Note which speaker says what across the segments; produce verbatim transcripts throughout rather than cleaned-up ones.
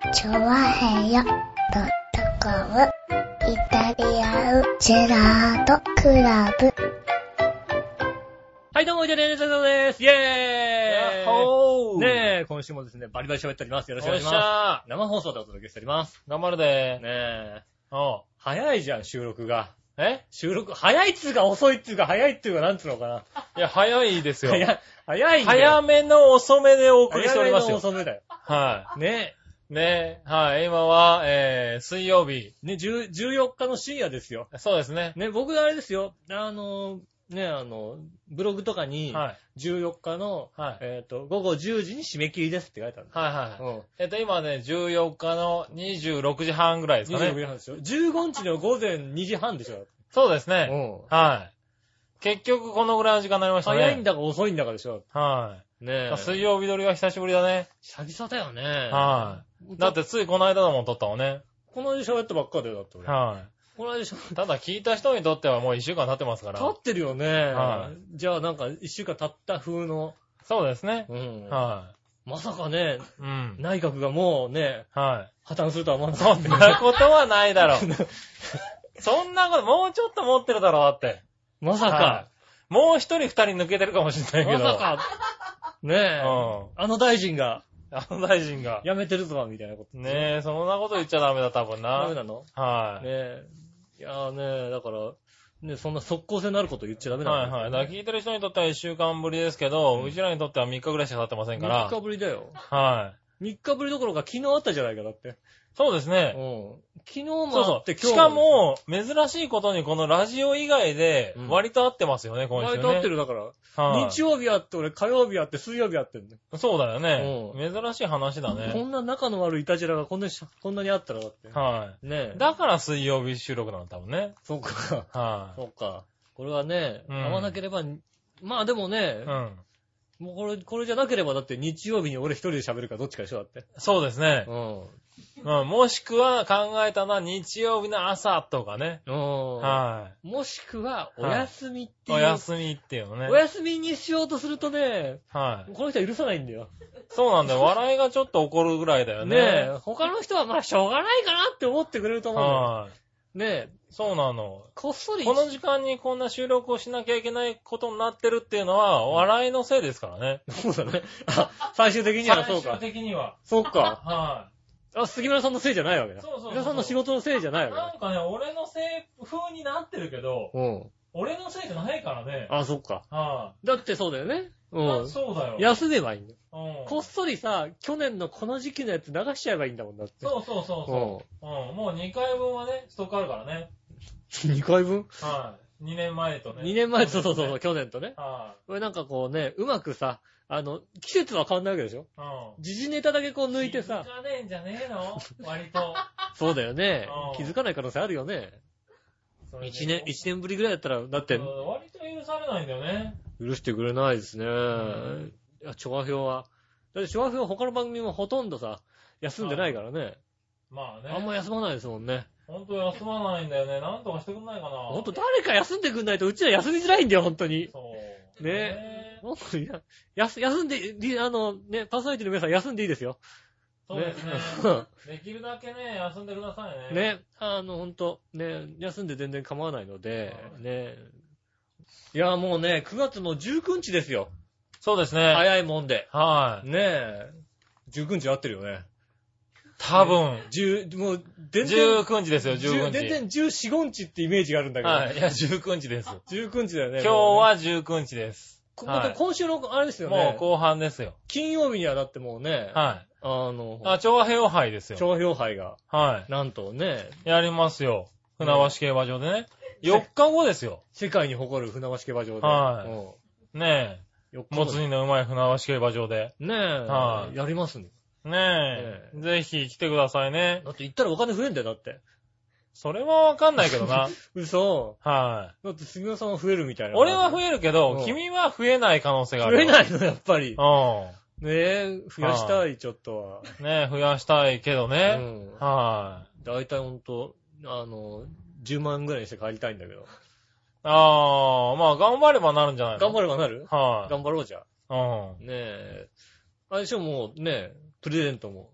Speaker 1: チョワヘヨドットコムイタリアンジェラートクラブ。
Speaker 2: はい、どうも、イタリアンジェラートです。イェーイ
Speaker 3: やっほー
Speaker 2: ねえ、今週もですね、バリバリ喋っております。よろしくお願いします。
Speaker 3: おっしゃー
Speaker 2: 生放送でお届けしております。
Speaker 3: 頑張るで
Speaker 2: ねえ。
Speaker 3: おう
Speaker 2: 早いじゃん、収録が。
Speaker 3: え
Speaker 2: 収録、早いっつうか遅いっつうか、早いっつうか、なんつうのかな。
Speaker 3: いや、早いですよ。
Speaker 2: 早い、早いんだよ。
Speaker 3: 早めの遅めでお送りしております
Speaker 2: 早めの
Speaker 3: よ。
Speaker 2: 遅めだよ。
Speaker 3: は
Speaker 2: ね
Speaker 3: い。ねはい。今は、えー、水曜日。
Speaker 2: え。ね、10 じゅうよっかの深夜ですよ。
Speaker 3: そうですね。
Speaker 2: ね、僕あれですよ。あの、ね、あの、ブログとかに、
Speaker 3: はい。
Speaker 2: じゅうよっかの、
Speaker 3: はい
Speaker 2: えっと、午後じゅうじに締め切りですって書いてある。
Speaker 3: はいはい。
Speaker 2: うん。
Speaker 3: えっと、今ね、じゅうよっかのにじゅうろくじはんぐらいですか
Speaker 2: にじゅうろく
Speaker 3: ね。
Speaker 2: じはんでしょ。じゅうごにちの午前にじはんでしょ。
Speaker 3: そうですね。
Speaker 2: うん。
Speaker 3: はい。結局このぐらいの時間になりましたね。
Speaker 2: 早いんだか遅いんだかでしょ。
Speaker 3: は
Speaker 2: ねえ。
Speaker 3: い。水曜日撮りは久しぶりだね。
Speaker 2: 久々だよね。
Speaker 3: はい。だってついこの間だもん撮ったもんね。
Speaker 2: この間喋ったばっかだよ、だって俺。
Speaker 3: は
Speaker 2: この間喋
Speaker 3: い。ただ聞いた人にとってはもういっしゅうかん経ってますから。
Speaker 2: 経ってるよね。
Speaker 3: は
Speaker 2: じゃあなんか一週間経った風の。
Speaker 3: そうですね。
Speaker 2: うん。
Speaker 3: は
Speaker 2: まさかね、
Speaker 3: い。うん。
Speaker 2: 内閣がもうね、
Speaker 3: はい。
Speaker 2: 破綻するとは思わなか
Speaker 3: そん
Speaker 2: ったけど。
Speaker 3: なことはないだろう。そんなこと、もうちょっと持ってるだろう、だって。
Speaker 2: まさ
Speaker 3: は
Speaker 2: か。
Speaker 3: いもう一人二人抜けてるかもしれないけど。
Speaker 2: まさか。ねえ。
Speaker 3: うん
Speaker 2: あの大臣が
Speaker 3: あの大臣が。
Speaker 2: 辞めてるぞ、みたいなこと。
Speaker 3: ねえ、そんなこと言っちゃダメだ、多分な。
Speaker 2: ダメなの
Speaker 3: はい。
Speaker 2: ねえ。いやーねえ、だから、ねそんな速攻性のあること言っちゃダメなんだよ
Speaker 3: はいはい。だから聞いてる人にとってはいっしゅうかんぶりですけど、
Speaker 2: うん
Speaker 3: うちらにとってはみっかぐらいしか経ってませんか
Speaker 2: みっ
Speaker 3: ら。
Speaker 2: かぶりだよ。
Speaker 3: はい。
Speaker 2: みっかぶりどころか昨日あったじゃないか、だって。
Speaker 3: そうですね。
Speaker 2: うん。昨日
Speaker 3: そう
Speaker 2: もあって
Speaker 3: そう。
Speaker 2: 今日
Speaker 3: しかも、珍しいことにこのラジオ以外で
Speaker 2: うん、
Speaker 3: 割と合ってますよね、今週ね。
Speaker 2: 割と合ってるだから。
Speaker 3: はい。
Speaker 2: 日曜日あって、俺火曜日あって、水曜日あってんだよ。
Speaker 3: そうだよね。
Speaker 2: う
Speaker 3: 珍しい話だ
Speaker 2: こ
Speaker 3: ね。
Speaker 2: んな仲の悪いイタジラがこんなにしこんなにあったらだって。
Speaker 3: は
Speaker 2: ねえ。
Speaker 3: い。だから水曜日収録なの、多分ね。
Speaker 2: そっか。
Speaker 3: は
Speaker 2: そっか。これはね、
Speaker 3: うん
Speaker 2: 合わなければ、まあでもね
Speaker 3: い。う、ん。
Speaker 2: もうこれ、これじゃなければだって日曜日に俺一人で喋るかどっちかでしょだって。
Speaker 3: そうですね。
Speaker 2: うん。
Speaker 3: うん。もしくは考えたのは日曜日の朝とかね。
Speaker 2: うん。
Speaker 3: は
Speaker 2: もしくは、お休みって
Speaker 3: い。
Speaker 2: いう。
Speaker 3: お休みっていうのね
Speaker 2: お。休みにしようとするとね、
Speaker 3: はい。
Speaker 2: この人は許さないんだよ。
Speaker 3: そうなんだよ。笑いがちょっと起こるぐらいだよね。
Speaker 2: ねえ、他の人はまあしょうがないかなって思ってくれると思うんだよ。
Speaker 3: はい。
Speaker 2: ねえ、
Speaker 3: そうなの。
Speaker 2: こっそり。
Speaker 3: この時間にこんな収録をしなきゃいけないことになってるっていうのは、笑いのせいですからね。
Speaker 2: そうだね。あ、最終的にはそう
Speaker 3: 最
Speaker 2: か。
Speaker 3: 終的には。
Speaker 2: そうか。
Speaker 3: は
Speaker 2: あ、杉村さんのせいじゃないわけだ。
Speaker 3: そうそうそうそう
Speaker 2: 杉村さんの仕事のせいじゃない
Speaker 3: い。
Speaker 2: わ
Speaker 3: なんかね、俺のせい風になってるけど、
Speaker 2: けだ。うん。
Speaker 3: 俺のせいじゃないからね。
Speaker 2: あ、そっか。
Speaker 3: は
Speaker 2: だってそうだよね。
Speaker 3: い。あ
Speaker 2: うん。
Speaker 3: そうだよ。
Speaker 2: 休めばいいんだよ。
Speaker 3: うん。
Speaker 2: こっそりさ、去年のこの時期のやつ流しちゃえばいいんだもんだって。
Speaker 3: そうそうそうそう。うん。もうにかいぶんはね、ストックあるからね。
Speaker 2: にかいぶん
Speaker 3: はい。にねんまえとね。
Speaker 2: にねんまえ、そうそうそうそう、去年とね。
Speaker 3: は
Speaker 2: これなんかこうね、うまくさ、あの、季節は変わんないわけでしょ
Speaker 3: い。うん。
Speaker 2: 時事ネタだけこう抜いてさ
Speaker 3: 気、づかねえんじゃねえの割と。
Speaker 2: そうだよね
Speaker 3: う。ん
Speaker 2: 気づかない可能性あるよね。
Speaker 3: それで
Speaker 2: 一年、一年ぶりぐらいだったら、だって
Speaker 3: う、ん割と許されないんだよね。
Speaker 2: 許してくれないですね。
Speaker 3: ん
Speaker 2: いや、調和表は。だって調和表は他の番組もほとんどさ、休んでないからね。
Speaker 3: まあね。
Speaker 2: あんま休まないですもんね。
Speaker 3: ほんと休まないんだよね。なんとかしてくんないかな。
Speaker 2: ほんと誰か休んでくんないとうちら休みづらいんだよ、ほんとに。
Speaker 3: そう。
Speaker 2: ねほんとに、やす休んで、りあの、ね、パーソナリティの皆さん休んでいいですよ。
Speaker 3: そうですね。
Speaker 2: ね
Speaker 3: できるだけね、休んでくださいね。
Speaker 2: ね、あの、ほんと、ね、休んで全然構わないので、
Speaker 3: はい
Speaker 2: ね。いや、もうね、くがつのじゅうくにちですよ。
Speaker 3: そうですね。
Speaker 2: 早いもんで。
Speaker 3: はい。
Speaker 2: ねえ。じゅうくにち合ってるよね。
Speaker 3: 多分、
Speaker 2: じゅう、もう、全然、
Speaker 3: じゅうくにちですよ、じゅうくにち。
Speaker 2: 全然じゅうよん、ごにちってイメージがあるんだけど。
Speaker 3: はい。いや、じゅうくにちです。
Speaker 2: じゅうくにちだよね。
Speaker 3: 今日
Speaker 2: もうね、
Speaker 3: はじゅうくにちです。
Speaker 2: こ
Speaker 3: はい
Speaker 2: 今週の、あれですよね。
Speaker 3: もう後半ですよ。
Speaker 2: 金曜日にはだってもうね、
Speaker 3: はい。
Speaker 2: あの、
Speaker 3: あ、調和平和杯ですよ。
Speaker 2: 長表杯が、
Speaker 3: は
Speaker 2: なんとね、
Speaker 3: い。やりますよ。船橋競馬場でね。よっかごですよ。
Speaker 2: 世界に誇る船橋競馬場で。
Speaker 3: はいね
Speaker 2: い。4
Speaker 3: え。もつ煮のうまい船橋競馬場で。
Speaker 2: ねえ、
Speaker 3: はい
Speaker 2: やりますね。
Speaker 3: ねえ。ぜひ来てくださいね。
Speaker 2: だって行ったらお金増えんだよ、だって。
Speaker 3: それはわかんないけどな。
Speaker 2: 嘘。
Speaker 3: は
Speaker 2: だって杉村さんは増えるみたい
Speaker 3: い。
Speaker 2: な。
Speaker 3: 俺は増えるけ
Speaker 2: う
Speaker 3: ど、
Speaker 2: ん
Speaker 3: 君は増えない可能性がある。
Speaker 2: 増えないの、やっぱり。
Speaker 3: う
Speaker 2: ねえ、増やしたい、ちょっとは。
Speaker 3: ん。ねえ、増やしたいけど
Speaker 2: う
Speaker 3: ね。
Speaker 2: ん。
Speaker 3: は
Speaker 2: だいたいほんと、あの、じゅうまんぐらいにして帰りたいんだけど。
Speaker 3: い。ああ、まあ頑張ればなるんじゃないの
Speaker 2: 頑張ればなる
Speaker 3: はい。
Speaker 2: 頑張ろうじゃ。
Speaker 3: うん。
Speaker 2: ねえ。あれでしょ、もうね、プレゼントも。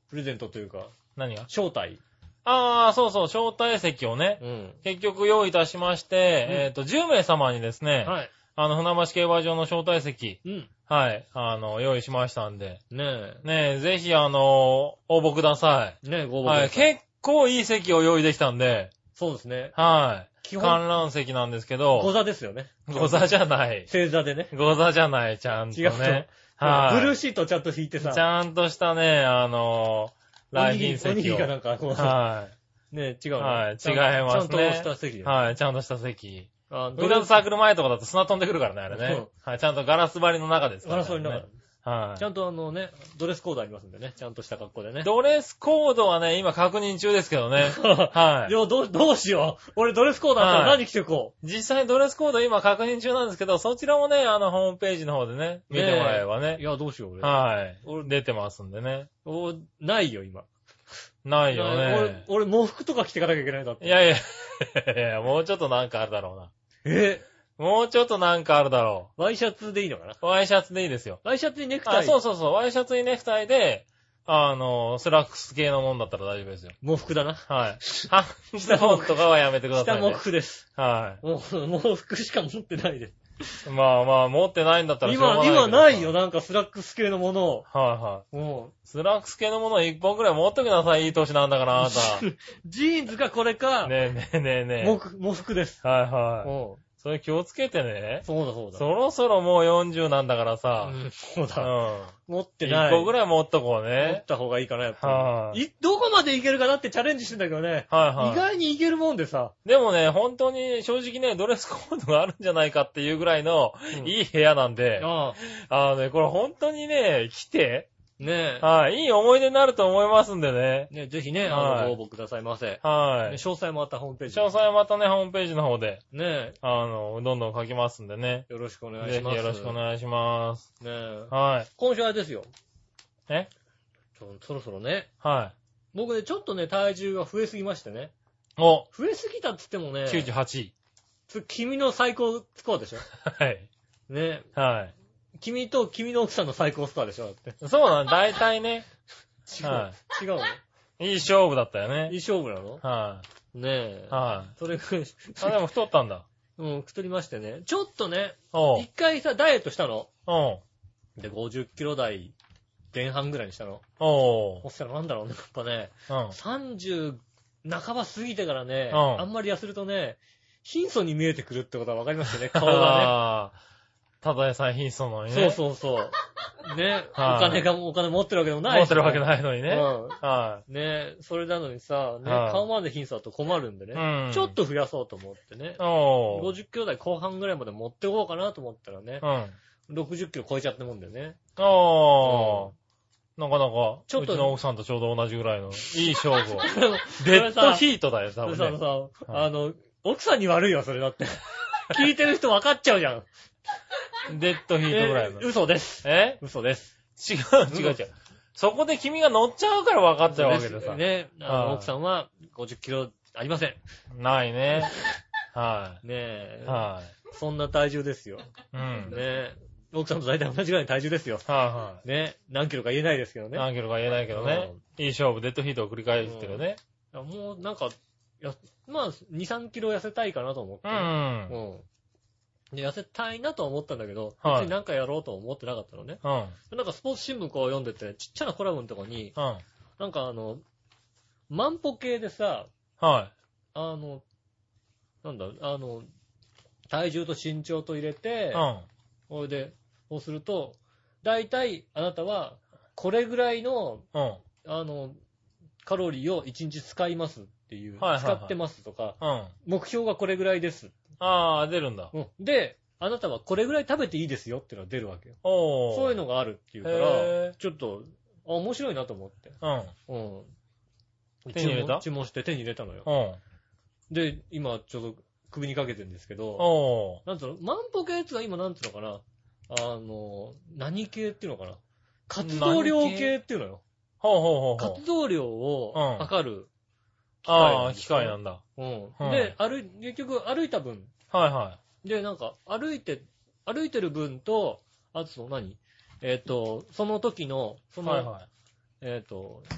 Speaker 2: プレゼントというか、
Speaker 3: 何が
Speaker 2: 招待。
Speaker 3: ああ、そうそう、招待席をね、
Speaker 2: うん。
Speaker 3: 結局用意いたしまして、
Speaker 2: うん
Speaker 3: えっと、じゅうめい様にですね、
Speaker 2: はい。
Speaker 3: あの、船橋競馬場の招待席、
Speaker 2: うん。
Speaker 3: はい、あの、用意しましたんで、
Speaker 2: ね
Speaker 3: ねえ、ぜひ、あの、応募くださ
Speaker 2: え。ねえ、ご応
Speaker 3: い。はい、
Speaker 2: 募ください。
Speaker 3: 結構いい席を用意できたんで、
Speaker 2: そうですね。
Speaker 3: はい。
Speaker 2: 基本、
Speaker 3: 観覧席なんですけ
Speaker 2: ご
Speaker 3: ど、
Speaker 2: 座ですよね。
Speaker 3: ご座じゃない。
Speaker 2: 正座でね。
Speaker 3: ご座じゃない、ちゃんと
Speaker 2: 違う
Speaker 3: ね。
Speaker 2: と。
Speaker 3: はい。
Speaker 2: ブルーシートちゃんと引いてさ。
Speaker 3: ちゃんとしたね、あの、来賓席を。
Speaker 2: おにぎりかなんか、こう。
Speaker 3: は
Speaker 2: ねえ、違う
Speaker 3: い。
Speaker 2: の。
Speaker 3: はい、違いますね。
Speaker 2: ちゃんとした席で。
Speaker 3: はい、ちゃんとした席。
Speaker 2: あ、
Speaker 3: ウィザーズサークル前とかだと砂飛んでくるからね、あれね
Speaker 2: うん。
Speaker 3: はい、ちゃんとガラス張りの中ですか
Speaker 2: ガ
Speaker 3: らね。
Speaker 2: ラス張りながら。
Speaker 3: はい。
Speaker 2: ちゃんとあのね、ドレスコードありますんでね。ちゃんとした格好でね。
Speaker 3: ドレスコードはね、今確認中ですけどね。はい。
Speaker 2: でもどう、どうしよう。俺ドレスコードあったら何着てこう。
Speaker 3: 実際ドレスコード今確認中なんですけど、そちらもね、あの、ホームページの方でね、見てもらえればね。
Speaker 2: いや、どうしよう、俺。
Speaker 3: はい。
Speaker 2: 俺
Speaker 3: 出てますんでね。
Speaker 2: おないよ、今。
Speaker 3: ないよ
Speaker 2: 俺
Speaker 3: ね。、
Speaker 2: 俺、喪服とか着てかなきゃいけないんだって。
Speaker 3: いやいや、いやいや、もうちょっとなんかあるだろうな。
Speaker 2: え
Speaker 3: もうちょっとなんかあるだろ
Speaker 2: ワイシャツでいいのかな？
Speaker 3: う。ワイシャツでいいですよ。
Speaker 2: ワイシャツにネクタ
Speaker 3: あ、
Speaker 2: イ。
Speaker 3: そうそうそう。ワイシャツにネクタイで、あの、スラックス系のもんだったら大丈夫ですよ。
Speaker 2: 喪服だな。
Speaker 3: はい。ハンズオンとかはやめてください、ね。
Speaker 2: 下喪服です。
Speaker 3: は
Speaker 2: もう、喪服しか持ってないです。
Speaker 3: い。まあまあ、持ってないんだったらしょうが
Speaker 2: 今、
Speaker 3: ないけど
Speaker 2: 今ないよ、なんかスラックス系のものを。
Speaker 3: はいはい。
Speaker 2: も
Speaker 3: スラックス系のものを一本くらい持ってください。いい年なんだから、あなた。
Speaker 2: う、ジーンズかこれか、
Speaker 3: ねえねえねえねえ。
Speaker 2: 喪服、喪服です。
Speaker 3: はいはい。
Speaker 2: うん。
Speaker 3: それ気をつけてね。
Speaker 2: そうだそうだ。
Speaker 3: そろそろもうよんじゅうなんだからさ。
Speaker 2: うん、そう
Speaker 3: う
Speaker 2: だ。
Speaker 3: ん。
Speaker 2: 持ってない。
Speaker 3: 一個ぐらい持っとこう
Speaker 2: 持
Speaker 3: ね
Speaker 2: っ。た方がいいかな、やっぱ
Speaker 3: はい。
Speaker 2: り。い、どこまでいけるかなってチャレンジしてんだけどね。
Speaker 3: はいはい。
Speaker 2: 意外にいけるもんでさ。
Speaker 3: でもね、本当に正直ね、ドレスコードがあるんじゃないかっていうぐらいの
Speaker 2: うん
Speaker 3: いい部屋なんで、
Speaker 2: あ
Speaker 3: あのね、これ本当にね、来て、
Speaker 2: あ、ね
Speaker 3: はい、いい思い出になると思いますんでね。
Speaker 2: え。ねぜひね、あ
Speaker 3: はい
Speaker 2: の、ご応募くださいませ。
Speaker 3: はい。
Speaker 2: ね詳細もまたホームページ。
Speaker 3: 詳細はまたね、ホームページの方で、
Speaker 2: ね
Speaker 3: あの、どんどん書きますんでね。
Speaker 2: え。よろしくお願い
Speaker 3: ぜひ
Speaker 2: します。
Speaker 3: よろしくお
Speaker 2: い
Speaker 3: 願いします。
Speaker 2: ねえ。
Speaker 3: はい。
Speaker 2: 今週あれですよ。
Speaker 3: え
Speaker 2: ちょそろそろね。
Speaker 3: は
Speaker 2: 僕ね、ちょっとね、体重が増えすぎましてね。
Speaker 3: い。お、
Speaker 2: 増えすぎたって言ってもね、
Speaker 3: きゅうじゅうはちい。
Speaker 2: それ君の最高スコアでしょ。
Speaker 3: はい。
Speaker 2: ね
Speaker 3: は
Speaker 2: 君と君の奥さんの最高スコアでしょだって。
Speaker 3: い。そうなの、大体ね。
Speaker 2: 違う。
Speaker 3: は
Speaker 2: 違うの
Speaker 3: いい勝負だったよね。
Speaker 2: いい勝負なの
Speaker 3: は
Speaker 2: ねえ
Speaker 3: い。。はい。
Speaker 2: それぐらい、
Speaker 3: あ、でも太ったんだ。
Speaker 2: うん、太りましてね。ちょっとね、
Speaker 3: おう。
Speaker 2: 一回さ、ダイエットしたの。
Speaker 3: おう。
Speaker 2: で、ごじゅっキロ台前半ぐらいにしたの。
Speaker 3: おう。
Speaker 2: そしたらなんだろうね、やっぱね、
Speaker 3: うん。
Speaker 2: さんじゅう半ば過ぎてからね、
Speaker 3: うん
Speaker 2: あんまり痩せるとね、貧相に見えてくるってことは分かりましたね、顔が
Speaker 3: あーただでさえ貧相なのに
Speaker 2: ね。
Speaker 3: ね。
Speaker 2: そうそうそう。ね、お
Speaker 3: はい
Speaker 2: 金が、お金持ってるわけでもないし。
Speaker 3: 持ってるわけないのにね。
Speaker 2: うん。
Speaker 3: は
Speaker 2: ねそれなのにさ、ね、
Speaker 3: はい
Speaker 2: 顔まで貧相だと困るんでね、
Speaker 3: うん
Speaker 2: ちょっと増やそうと思ってね
Speaker 3: い。、おー。
Speaker 2: ごじゅっキロ台後半ぐらいまで持ってこうかなと思ったらね、
Speaker 3: うん。
Speaker 2: ろくじゅっキロ超えちゃったもんだよね。
Speaker 3: おー。なかなか、
Speaker 2: ちょっと
Speaker 3: うちの奥さんとちょうど同じぐらいの、いい勝負を。デッドヒートだよ、多
Speaker 2: それ
Speaker 3: 分
Speaker 2: さ、
Speaker 3: ね。
Speaker 2: さ、あの、奥さんに悪いよ、それだって。聞いてる人分かっちゃうじゃん。
Speaker 3: デッドヒートぐらいの
Speaker 2: え。嘘です。
Speaker 3: え
Speaker 2: 嘘です。
Speaker 3: 違う違う違う。そこで君が乗っちゃうから分かっちゃうわけでさ。
Speaker 2: ね、あの
Speaker 3: はい
Speaker 2: 奥さんはごじゅっキロありません。
Speaker 3: ないね。は
Speaker 2: ねえ
Speaker 3: い。。は
Speaker 2: そんな体重ですよ。
Speaker 3: い。うん。
Speaker 2: ねえ。奥さんと大体同じぐらいの体重ですよ。
Speaker 3: はいは
Speaker 2: ね。何キロか言えないですけど
Speaker 3: い。
Speaker 2: ね。
Speaker 3: 何キロか言えないけどね。いい勝負、デッドヒートを繰り返してるね。
Speaker 2: もうなんか、やまあ、に、さんキロ痩せたいかなと思って。
Speaker 3: うん。
Speaker 2: うん。で痩せたいなとは思ったんだけど、
Speaker 3: はい
Speaker 2: 別に何かやろうとは思ってなかったのね。
Speaker 3: うん。
Speaker 2: なんかスポーツ新聞こう読んでて、ちっちゃなコラムのとこに、
Speaker 3: うん。
Speaker 2: なんかあの、万歩計でさ、
Speaker 3: は
Speaker 2: あの、なんだ、あの、体重と身長と入れて、
Speaker 3: い。うん。
Speaker 2: それで、そうすると、だいたいあなたは、これぐらいの、
Speaker 3: うん。
Speaker 2: あの、カロリーをいちにち使いますっていう、
Speaker 3: はいはいはい
Speaker 2: 使ってますとか、
Speaker 3: うん。
Speaker 2: 目標がこれぐらいです。
Speaker 3: ああ、出るんだ。
Speaker 2: うんで、あなたはこれぐらい食べていいですよっていうのが出るわけよ。
Speaker 3: おー。
Speaker 2: そういうのがあるっていうから
Speaker 3: へ、
Speaker 2: ちょっと、あ、面白いなと思って。
Speaker 3: うん。
Speaker 2: うん。
Speaker 3: 手に入れた
Speaker 2: 注文して手に入れたのよ。
Speaker 3: うん。
Speaker 2: で、今ちょうど首にかけてるんですけど、
Speaker 3: おー。
Speaker 2: なんつうの、万歩計ってのは今なんつうのかな、あの、何系っていうのかな、活動量計っていうのよ。
Speaker 3: ほうほうほうほう。
Speaker 2: 活動量を
Speaker 3: うん
Speaker 2: 測る機
Speaker 3: ああ、
Speaker 2: 械なんですよ
Speaker 3: 機械なんだ。
Speaker 2: うん。
Speaker 3: うん
Speaker 2: で、歩い、結局歩いた分、
Speaker 3: はいは
Speaker 2: で、なんか、歩いて、歩いてる分と、あとその何えっ、と、その時の、そ
Speaker 3: い。
Speaker 2: の、
Speaker 3: はいはい。
Speaker 2: えっ、と、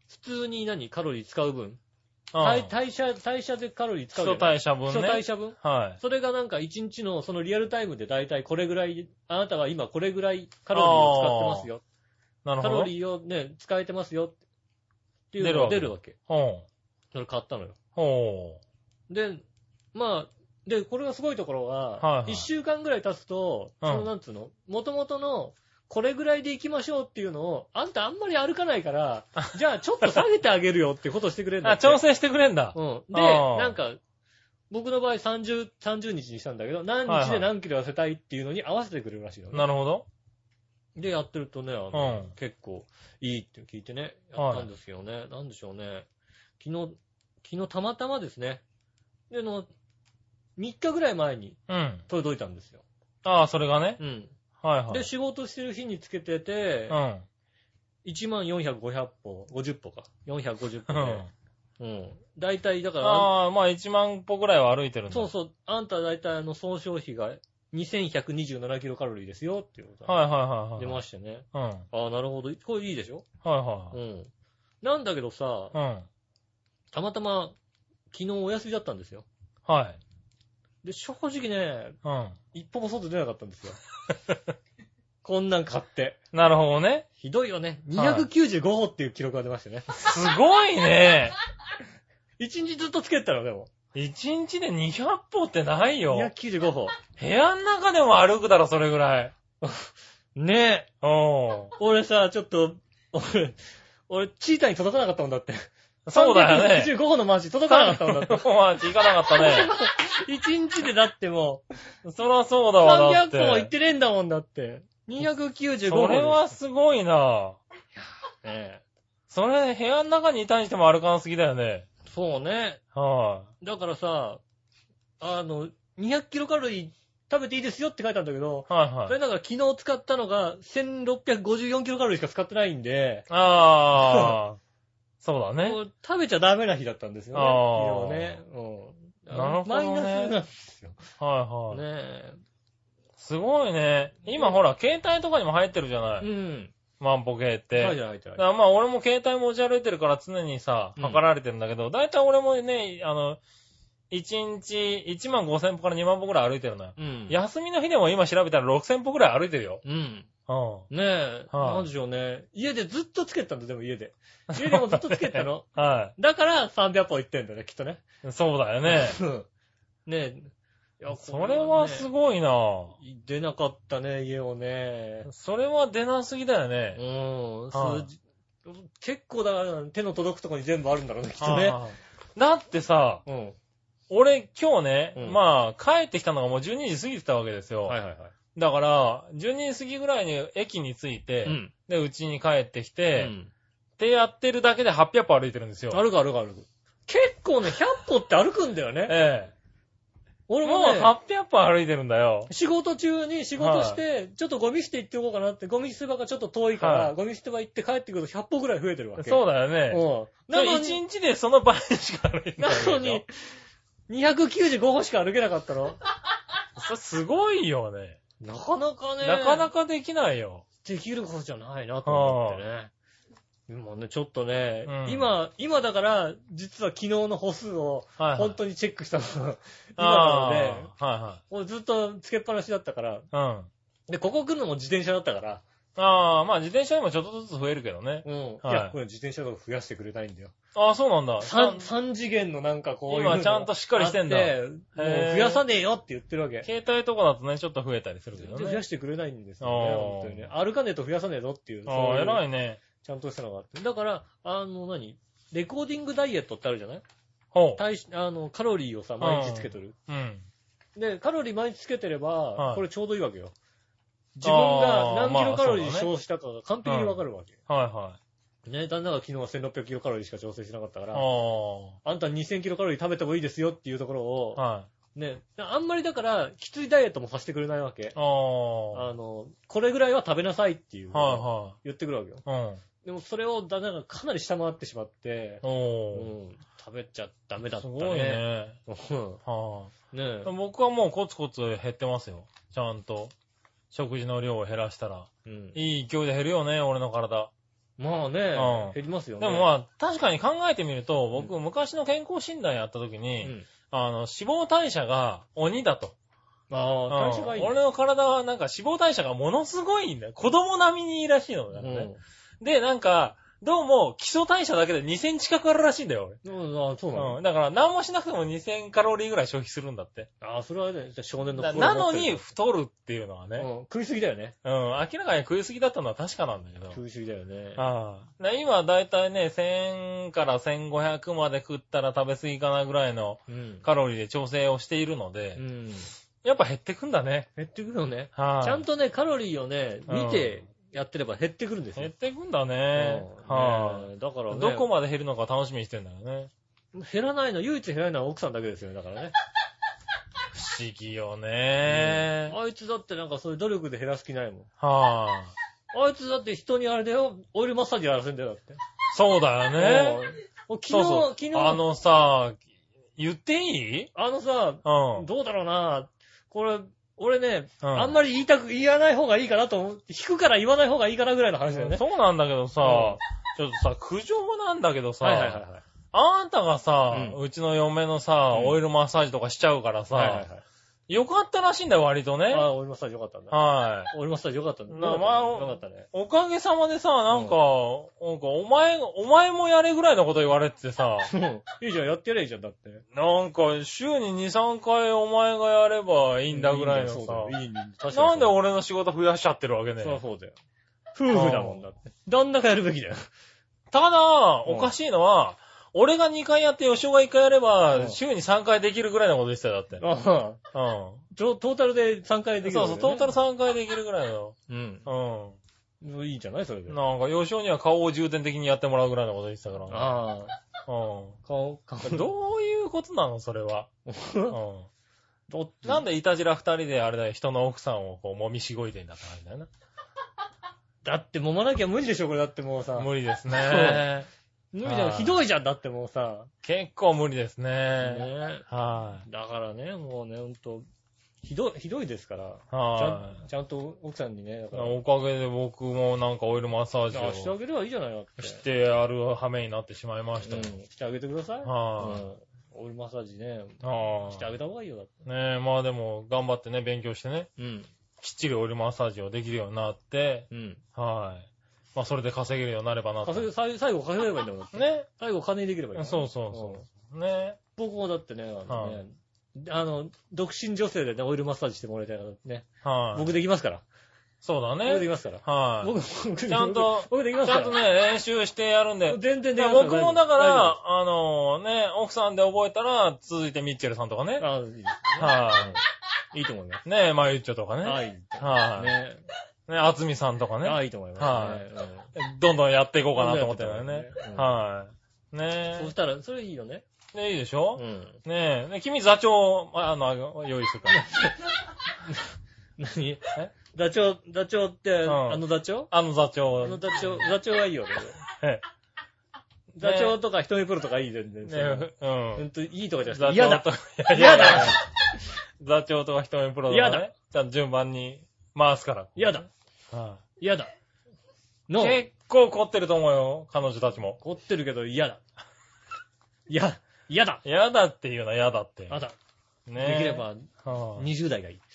Speaker 2: 普通に何カロリー使う分。
Speaker 3: うん
Speaker 2: 代代謝、代謝でカロリー使うじゃない。
Speaker 3: 基礎代謝分ね。
Speaker 2: 基礎代謝分
Speaker 3: はい。
Speaker 2: それがなんかいちにちのそのリアルタイムでだいたいこれぐらい、あなたは今これぐらいカロリーを使ってますよ。
Speaker 3: なるほど。
Speaker 2: カロリーをね、使えてますよっていうのが出るわけ。
Speaker 3: ほ
Speaker 2: それ買ったのよ。
Speaker 3: う。ほ
Speaker 2: で、まあ、で、これがすごいところは、
Speaker 3: はいはい
Speaker 2: いっしゅうかんぐらい経つと、
Speaker 3: うん
Speaker 2: そのなんつうの、元々のこれぐらいで行きましょうっていうのを、あんたあんまり歩かないから、じゃあちょっと下げてあげるよってことをしてくれるん
Speaker 3: う。あ、
Speaker 2: だって。
Speaker 3: 調整してくれんだ。
Speaker 2: うん。で、
Speaker 3: あー
Speaker 2: なんか、僕の場合30、30日にしたんだけど、何日で何キロ痩せたいっていうのに合わせてくれるらしいのね。
Speaker 3: なるほど。
Speaker 2: で、やってるとね、あの、
Speaker 3: うん
Speaker 2: 結構いいって聞いてね、やったんですよね。なんでしょうね。昨日、昨日たまたまですね。で、あの、みっかぐらい前に
Speaker 3: うん。
Speaker 2: 届いたんですよ。
Speaker 3: ああ、それがね。
Speaker 2: うん。
Speaker 3: はいはい。
Speaker 2: で、仕事してる日につけてて、
Speaker 3: うん。
Speaker 2: いちまんよんひゃくごじゅっぽ、ごじゅっぽか。よんひゃくごじゅっぽで。
Speaker 3: うん。
Speaker 2: うん。だいたい、だから、
Speaker 3: ああ、まあいちまん歩ぐらいは歩いてるんだ。
Speaker 2: そうそう、あんただいたいあの、総消費がにせんひゃくにじゅうななキロカロリーですよっていうことが
Speaker 3: はいはいはいはい。
Speaker 2: 出ましてね。
Speaker 3: うん。はい
Speaker 2: ああ、なるほど。これいいでしょ
Speaker 3: は
Speaker 2: うん。なんだけどさ、
Speaker 3: いはい。うん。
Speaker 2: たまたま昨日お休みだったんですよ。
Speaker 3: はい。
Speaker 2: で、正直ね、
Speaker 3: うん。
Speaker 2: 一歩も外出なかったんですよ。こんなん買って。
Speaker 3: なるほどね。
Speaker 2: ひどいよね。にひゃくきゅうじゅうごほっていう記録が出ましてね。
Speaker 3: すごいね。
Speaker 2: 一日ずっとつけてたの、でも。
Speaker 3: いちにちでにひゃっぽってないよ。
Speaker 2: にひゃくきゅうじゅうごほ。
Speaker 3: 部屋の中でも歩くだろ、それぐらい。
Speaker 2: ねえ。
Speaker 3: お
Speaker 2: 俺さ、ちょっと、俺、俺、チーターに届かなかったもんだって。
Speaker 3: そうだよね
Speaker 2: さんびゃくきゅうじゅうごほのマジ届かなかったもんだって。
Speaker 3: マジ行かなかったね。
Speaker 2: 一日でだってもう、
Speaker 3: そらそうだわ、だ
Speaker 2: 300
Speaker 3: って。
Speaker 2: 歩も行ってねえんだもんだって。にひゃくきゅうじゅうごほ。
Speaker 3: それはすごいな。
Speaker 2: ねえ。
Speaker 3: それ、部屋の中にいたにしても歩かなすぎだよね。
Speaker 2: そうね。
Speaker 3: は
Speaker 2: だからさ、あの、にひゃくキロカロリー食べていいですよって書いたんだけど、
Speaker 3: い。はいはい。
Speaker 2: それだから昨日使ったのがせんろっぴゃくごじゅうよんキロカロリーしか使ってないんで、
Speaker 3: ああ。そうだね。
Speaker 2: もう食べちゃダメな日だったんですよね。
Speaker 3: あー
Speaker 2: 昨日ね。うん。
Speaker 3: なるほどね
Speaker 2: マイナスなんですよ。
Speaker 3: はいはい。
Speaker 2: ねえ。
Speaker 3: すごいね。今ほら、携帯とかにも入ってるじゃな
Speaker 2: う
Speaker 3: い。
Speaker 2: ん。
Speaker 3: 万歩計って。
Speaker 2: 入ってない入ってない
Speaker 3: だからまあ俺も携帯持ち歩いてるから常にさ、
Speaker 2: うん
Speaker 3: 測られてるんだけど、だいたい俺もね、あの、いちにちいちまんごせん歩からにまん歩ぐらい歩いてるのよ。
Speaker 2: うん。
Speaker 3: 休みの日でも今調べたらろくせん歩ぐらい歩いてるよ。
Speaker 2: うん。
Speaker 3: うん。
Speaker 2: ねえ。
Speaker 3: はい
Speaker 2: なんでしょうね。家でずっとつけてたんだ、でも家で。家でもずっとつけてたの。
Speaker 3: は
Speaker 2: だからさんびゃっぽ行ってんだね、きっとね。
Speaker 3: い。そうだよね。
Speaker 2: うん。ねえ。いや
Speaker 3: それはすごいなぁ。
Speaker 2: 出なかったね、家をね。
Speaker 3: それは出なすぎだよ
Speaker 2: う
Speaker 3: ね。
Speaker 2: ん。
Speaker 3: はい
Speaker 2: 数字結構だから手の届くところに全部あるんだろうね、きっとね。
Speaker 3: はいだってさ、
Speaker 2: うん。
Speaker 3: 俺今日ね、
Speaker 2: うん
Speaker 3: まあ帰ってきたのがもうじゅうにじ過ぎてたわけですよ。
Speaker 2: はいはいはい。
Speaker 3: だから、じゅうにじ過ぎぐらいに駅に着いて、
Speaker 2: うん。
Speaker 3: で、家に帰ってき
Speaker 2: う
Speaker 3: て、
Speaker 2: ん。
Speaker 3: ってやってるだけではっぴゃっ歩歩いてるんですよ。
Speaker 2: 歩く歩く歩く。結構ね、ひゃっぽって歩くんだよね。
Speaker 3: ええ。もう
Speaker 2: 俺もね、
Speaker 3: はっぴゃっ歩歩いてるんだよ。
Speaker 2: 仕事中に仕事して、ちょっとゴミ捨て行っておこうかなって、ゴミ捨て場がちょっと遠いから、
Speaker 3: はい
Speaker 2: ゴミ捨て場行って帰ってくるとひゃっぽぐらい増えてるわけ。
Speaker 3: そうだよね。
Speaker 2: うん。なの
Speaker 3: いち
Speaker 2: に、
Speaker 3: にちでその倍しか歩いてな
Speaker 2: ないの
Speaker 3: わけでしょ
Speaker 2: に、にひゃくきゅうじゅうごほしか歩けなかったの。
Speaker 3: それすごいよね。
Speaker 2: なかなかね、
Speaker 3: なかなかできないよ。
Speaker 2: できることじゃないなと思ってね。でもね、ちょっとね、
Speaker 3: うん
Speaker 2: 今、今だから、実は昨日の歩数を
Speaker 3: はいはい。
Speaker 2: 本当にチェックしたのが今なので、
Speaker 3: あーは
Speaker 2: もうずっとつけっぱなしだったから、
Speaker 3: いはい。うん。
Speaker 2: で、ここ来るのも自転車だったから、
Speaker 3: ああ、まあ自転車でもちょっとずつ増えるけどね。
Speaker 2: うん。
Speaker 3: はい
Speaker 2: いや、これ自転車とか増やしてくれないんだよ。
Speaker 3: ああ、そうなんだ。
Speaker 2: 三、三次元のなんかこういうのが
Speaker 3: 今ちゃんとしっかりしてんだ
Speaker 2: あってもう
Speaker 3: へー
Speaker 2: 増やさねえよって言ってるわけ。
Speaker 3: 携帯とかだとね、ちょっと増えたりするけ
Speaker 2: 全
Speaker 3: どね。
Speaker 2: 然増やしてくれないんですよね。
Speaker 3: あー
Speaker 2: 本当にね。歩かねえと増やさねえぞっていう。
Speaker 3: ああ、偉
Speaker 2: い。
Speaker 3: いね。
Speaker 2: ちゃんとしたのがあって。だから、あの何、レコーディングダイエットってあるじゃない
Speaker 3: ほ
Speaker 2: 体しあの、カロリーをさ、毎日つけとる。
Speaker 3: う。うん。
Speaker 2: で、カロリー毎日つけてれば、
Speaker 3: はい
Speaker 2: これちょうどいいわけよ。自分が何キロカロリー
Speaker 3: あーまあそうだね
Speaker 2: 消費したかが完璧にわかるわけ。
Speaker 3: はいはい。
Speaker 2: ね、旦那が昨日はせんろっぴゃくキロカロリーしか調整しなかったから、
Speaker 3: あ
Speaker 2: あんたにせんキロカロリー食べてもいいですよっていうところを、
Speaker 3: あ。はい。
Speaker 2: ね、あんまりだから、きついダイエットもさせてくれないわけ。
Speaker 3: ああ。
Speaker 2: あの、これぐらいは食べなさいっていう、
Speaker 3: は
Speaker 2: 言ってくるわけよ。
Speaker 3: いはい。うん。
Speaker 2: でもそれを旦那がかなり下回ってしまって、う
Speaker 3: お
Speaker 2: ん、食べちゃダメだ
Speaker 3: ー。
Speaker 2: ったね。
Speaker 3: すごいね。
Speaker 2: うん
Speaker 3: は
Speaker 2: ね
Speaker 3: い。僕はもうコツコツ減ってますよ。ちゃんと。食事の量を減らしたら。
Speaker 2: うん。
Speaker 3: いい勢いで減るよね、俺の体。
Speaker 2: まあね、
Speaker 3: うん
Speaker 2: 減りますよね。
Speaker 3: でもまあ、確かに考えてみると、僕、うん、昔の健康診断やった時に、うん、あの、脂肪代謝が鬼だと。
Speaker 2: ああ、代謝がいい、ね。
Speaker 3: 俺の体はなんか脂肪代謝がものすごいんだよ。子供並みにいいらしいのだね、うん。で、なんか、どうも基礎代謝だけでにせん近くあるらしいんだよ、俺。うん、ああ、そうなの、うん。だから何もしなくてもにせんカロリーぐらい消費するんだって。
Speaker 2: ああ、それはね、少年の
Speaker 3: 心なのに太るっていうのはね、
Speaker 2: うん。食いすぎだよね。
Speaker 3: うん、明らかに食いすぎだったのは確かなんだけど。
Speaker 2: 食いすぎだよね。
Speaker 3: ああ。今だいたいね、せんからせんごひゃくまで食ったら食べ過ぎかなぐらいのカロリーで調整をしているので、うん、やっぱ減ってくんだね。
Speaker 2: 減ってくるよね。
Speaker 3: はあ、
Speaker 2: ちゃんとね、カロリーをね、見て、うんやってれば減ってくるんですよ。
Speaker 3: 減ってくんだね。
Speaker 2: うん、はぁ、あ。だからね。
Speaker 3: どこまで減るのか楽しみにしてんだよね。
Speaker 2: 減らないの、唯一減らないのは奥さんだけですよね、だからね。
Speaker 3: 不思議よね、
Speaker 2: うん。あいつだってなんかそういう努力で減らす気ないもん。
Speaker 3: は
Speaker 2: ぁ、あ。あいつだって人にあれだよ、オイルマッサージやらせんだよ、だって。
Speaker 3: そうだよね。
Speaker 2: 昨日、
Speaker 3: そうそう
Speaker 2: 昨日。
Speaker 3: あのさ、言っていい？
Speaker 2: あのさ、
Speaker 3: うん、
Speaker 2: どうだろうな。これ、俺ね、うん、あんまり言いたく、言わない方がいいかなと思う。引くから言わない方がいいかなぐらいの話だよね。
Speaker 3: そうなんだけどさ、うん、ちょっとさ、苦情なんだけどさ、はいはいはいはい、あんたがさ、うん、うちの嫁のさ、うん、オイルマッサージとかしちゃうからさ、はいはいはい、よかったらしいんだよ、割とね。
Speaker 2: ああ、オイルマッサージよかったんだ。はい。オイルマッサージよかったんだ。
Speaker 3: まあ、よかったね。おかげさまでさ、なんか、うん、なんか、お前、お前もやれぐらいのこと言われててさ。
Speaker 2: いいじゃん、やってやれいいじゃん、だって。
Speaker 3: なんか、週にに、さんかいお前がやればいいんだぐらいのさ。いいんだ、いいんだ。なんで俺の仕事増やしちゃってるわけね。
Speaker 2: そうそうだよ。夫婦だもんだって。旦那がやるべきだよ。
Speaker 3: ただ、おかしいのは、俺がにかいやって吉尾がいっかいやれば、週にさんかいできるぐらいのこと言ってたよ、だって。ああ。うん。
Speaker 2: トータルでさんかいできる、ね。
Speaker 3: そうそう、トータルさんかいできるぐらいの。
Speaker 2: うん。うん。いいんじゃないそれで。
Speaker 3: なんか、吉尾には顔を重点的にやってもらうぐらいのこと言ってたから、ね。ああ。うん。
Speaker 2: 顔、顔。
Speaker 3: どういうことなの、それは。うん。なんでいたじら二人であれだよ、人の奥さんをこう、揉みしごいてんだったらいいんだよな。
Speaker 2: だって揉まなきゃ無理でしょ、これだってもうさ。
Speaker 3: 無理ですね。
Speaker 2: 無理じゃん。ひどいじゃん、だってもうさ。
Speaker 3: 結構無理ですね。
Speaker 2: ね
Speaker 3: はい、
Speaker 2: だからね、もうね、ほんと、ひどい、ひどいですから。
Speaker 3: はい、
Speaker 2: ちゃんと奥さんにね、だから。
Speaker 3: おかげで僕もなんかオイルマッサージを。
Speaker 2: してあげればいいじゃないかって。
Speaker 3: してやる羽目になってしまいましたよ。
Speaker 2: うん。してあげてください。
Speaker 3: はい、
Speaker 2: うん。オイルマッサージね。
Speaker 3: はい。
Speaker 2: してあげた方がいいよ、だって。
Speaker 3: ねえ、まあでも、頑張ってね、勉強してね。
Speaker 2: うん。
Speaker 3: きっちりオイルマッサージをできるようになって。
Speaker 2: うん。
Speaker 3: はい。まあ、それで稼げるようになればなと。
Speaker 2: 最後稼げればいいんだもん。ね。最後金にできればいいんだ。
Speaker 3: そうそうそう。ね。
Speaker 2: 僕もだってね、あのね、あの、独身女性でね、オイルマッサージしてもらいたいからね。はい。僕できますから。
Speaker 3: そうだね。
Speaker 2: 僕できますから。
Speaker 3: はい。
Speaker 2: 僕、
Speaker 3: ちゃんと、
Speaker 2: 僕できますから。
Speaker 3: ちゃんとね、練習してやるんで。
Speaker 2: 全然できます。
Speaker 3: 僕もだから、あのね、奥さんで覚えたら、続いてミッチェルさんとかね。
Speaker 2: ああ、いいですね。はい。いいと思います。
Speaker 3: ねえ、マユッチョとかね。
Speaker 2: はい。
Speaker 3: はい。ねね、あつみさんとかね。
Speaker 2: ああ、いいと思います。
Speaker 3: はい。どんどんやっていこうかなと思ってるよね。はい。ねえ。
Speaker 2: そしたら、それいいよね。
Speaker 3: ねいいでしょ
Speaker 2: うん。
Speaker 3: ねえ。君座長、あの、用意するから。
Speaker 2: 何えダチョウ、ダチョウって、あのダチョウ
Speaker 3: あの座長。
Speaker 2: あのダチョウ、ダチョウはいいよね。えダチョウとか瞳プロとかいい全然。
Speaker 3: ねうん。
Speaker 2: ほんと、いいとかじゃなくて、嫌だ。
Speaker 3: 嫌だ座長とか瞳プロとかね。嫌だ。ちゃんと順番に回すから。
Speaker 2: 嫌だ。嫌だ。
Speaker 3: の結構凝ってると思うよ、彼女たちも。
Speaker 2: 凝ってるけど嫌だ。いや、嫌だ。
Speaker 3: 嫌だっていうのは嫌だって。
Speaker 2: 嫌だ。
Speaker 3: ね
Speaker 2: できれば、にじゅう代がいい。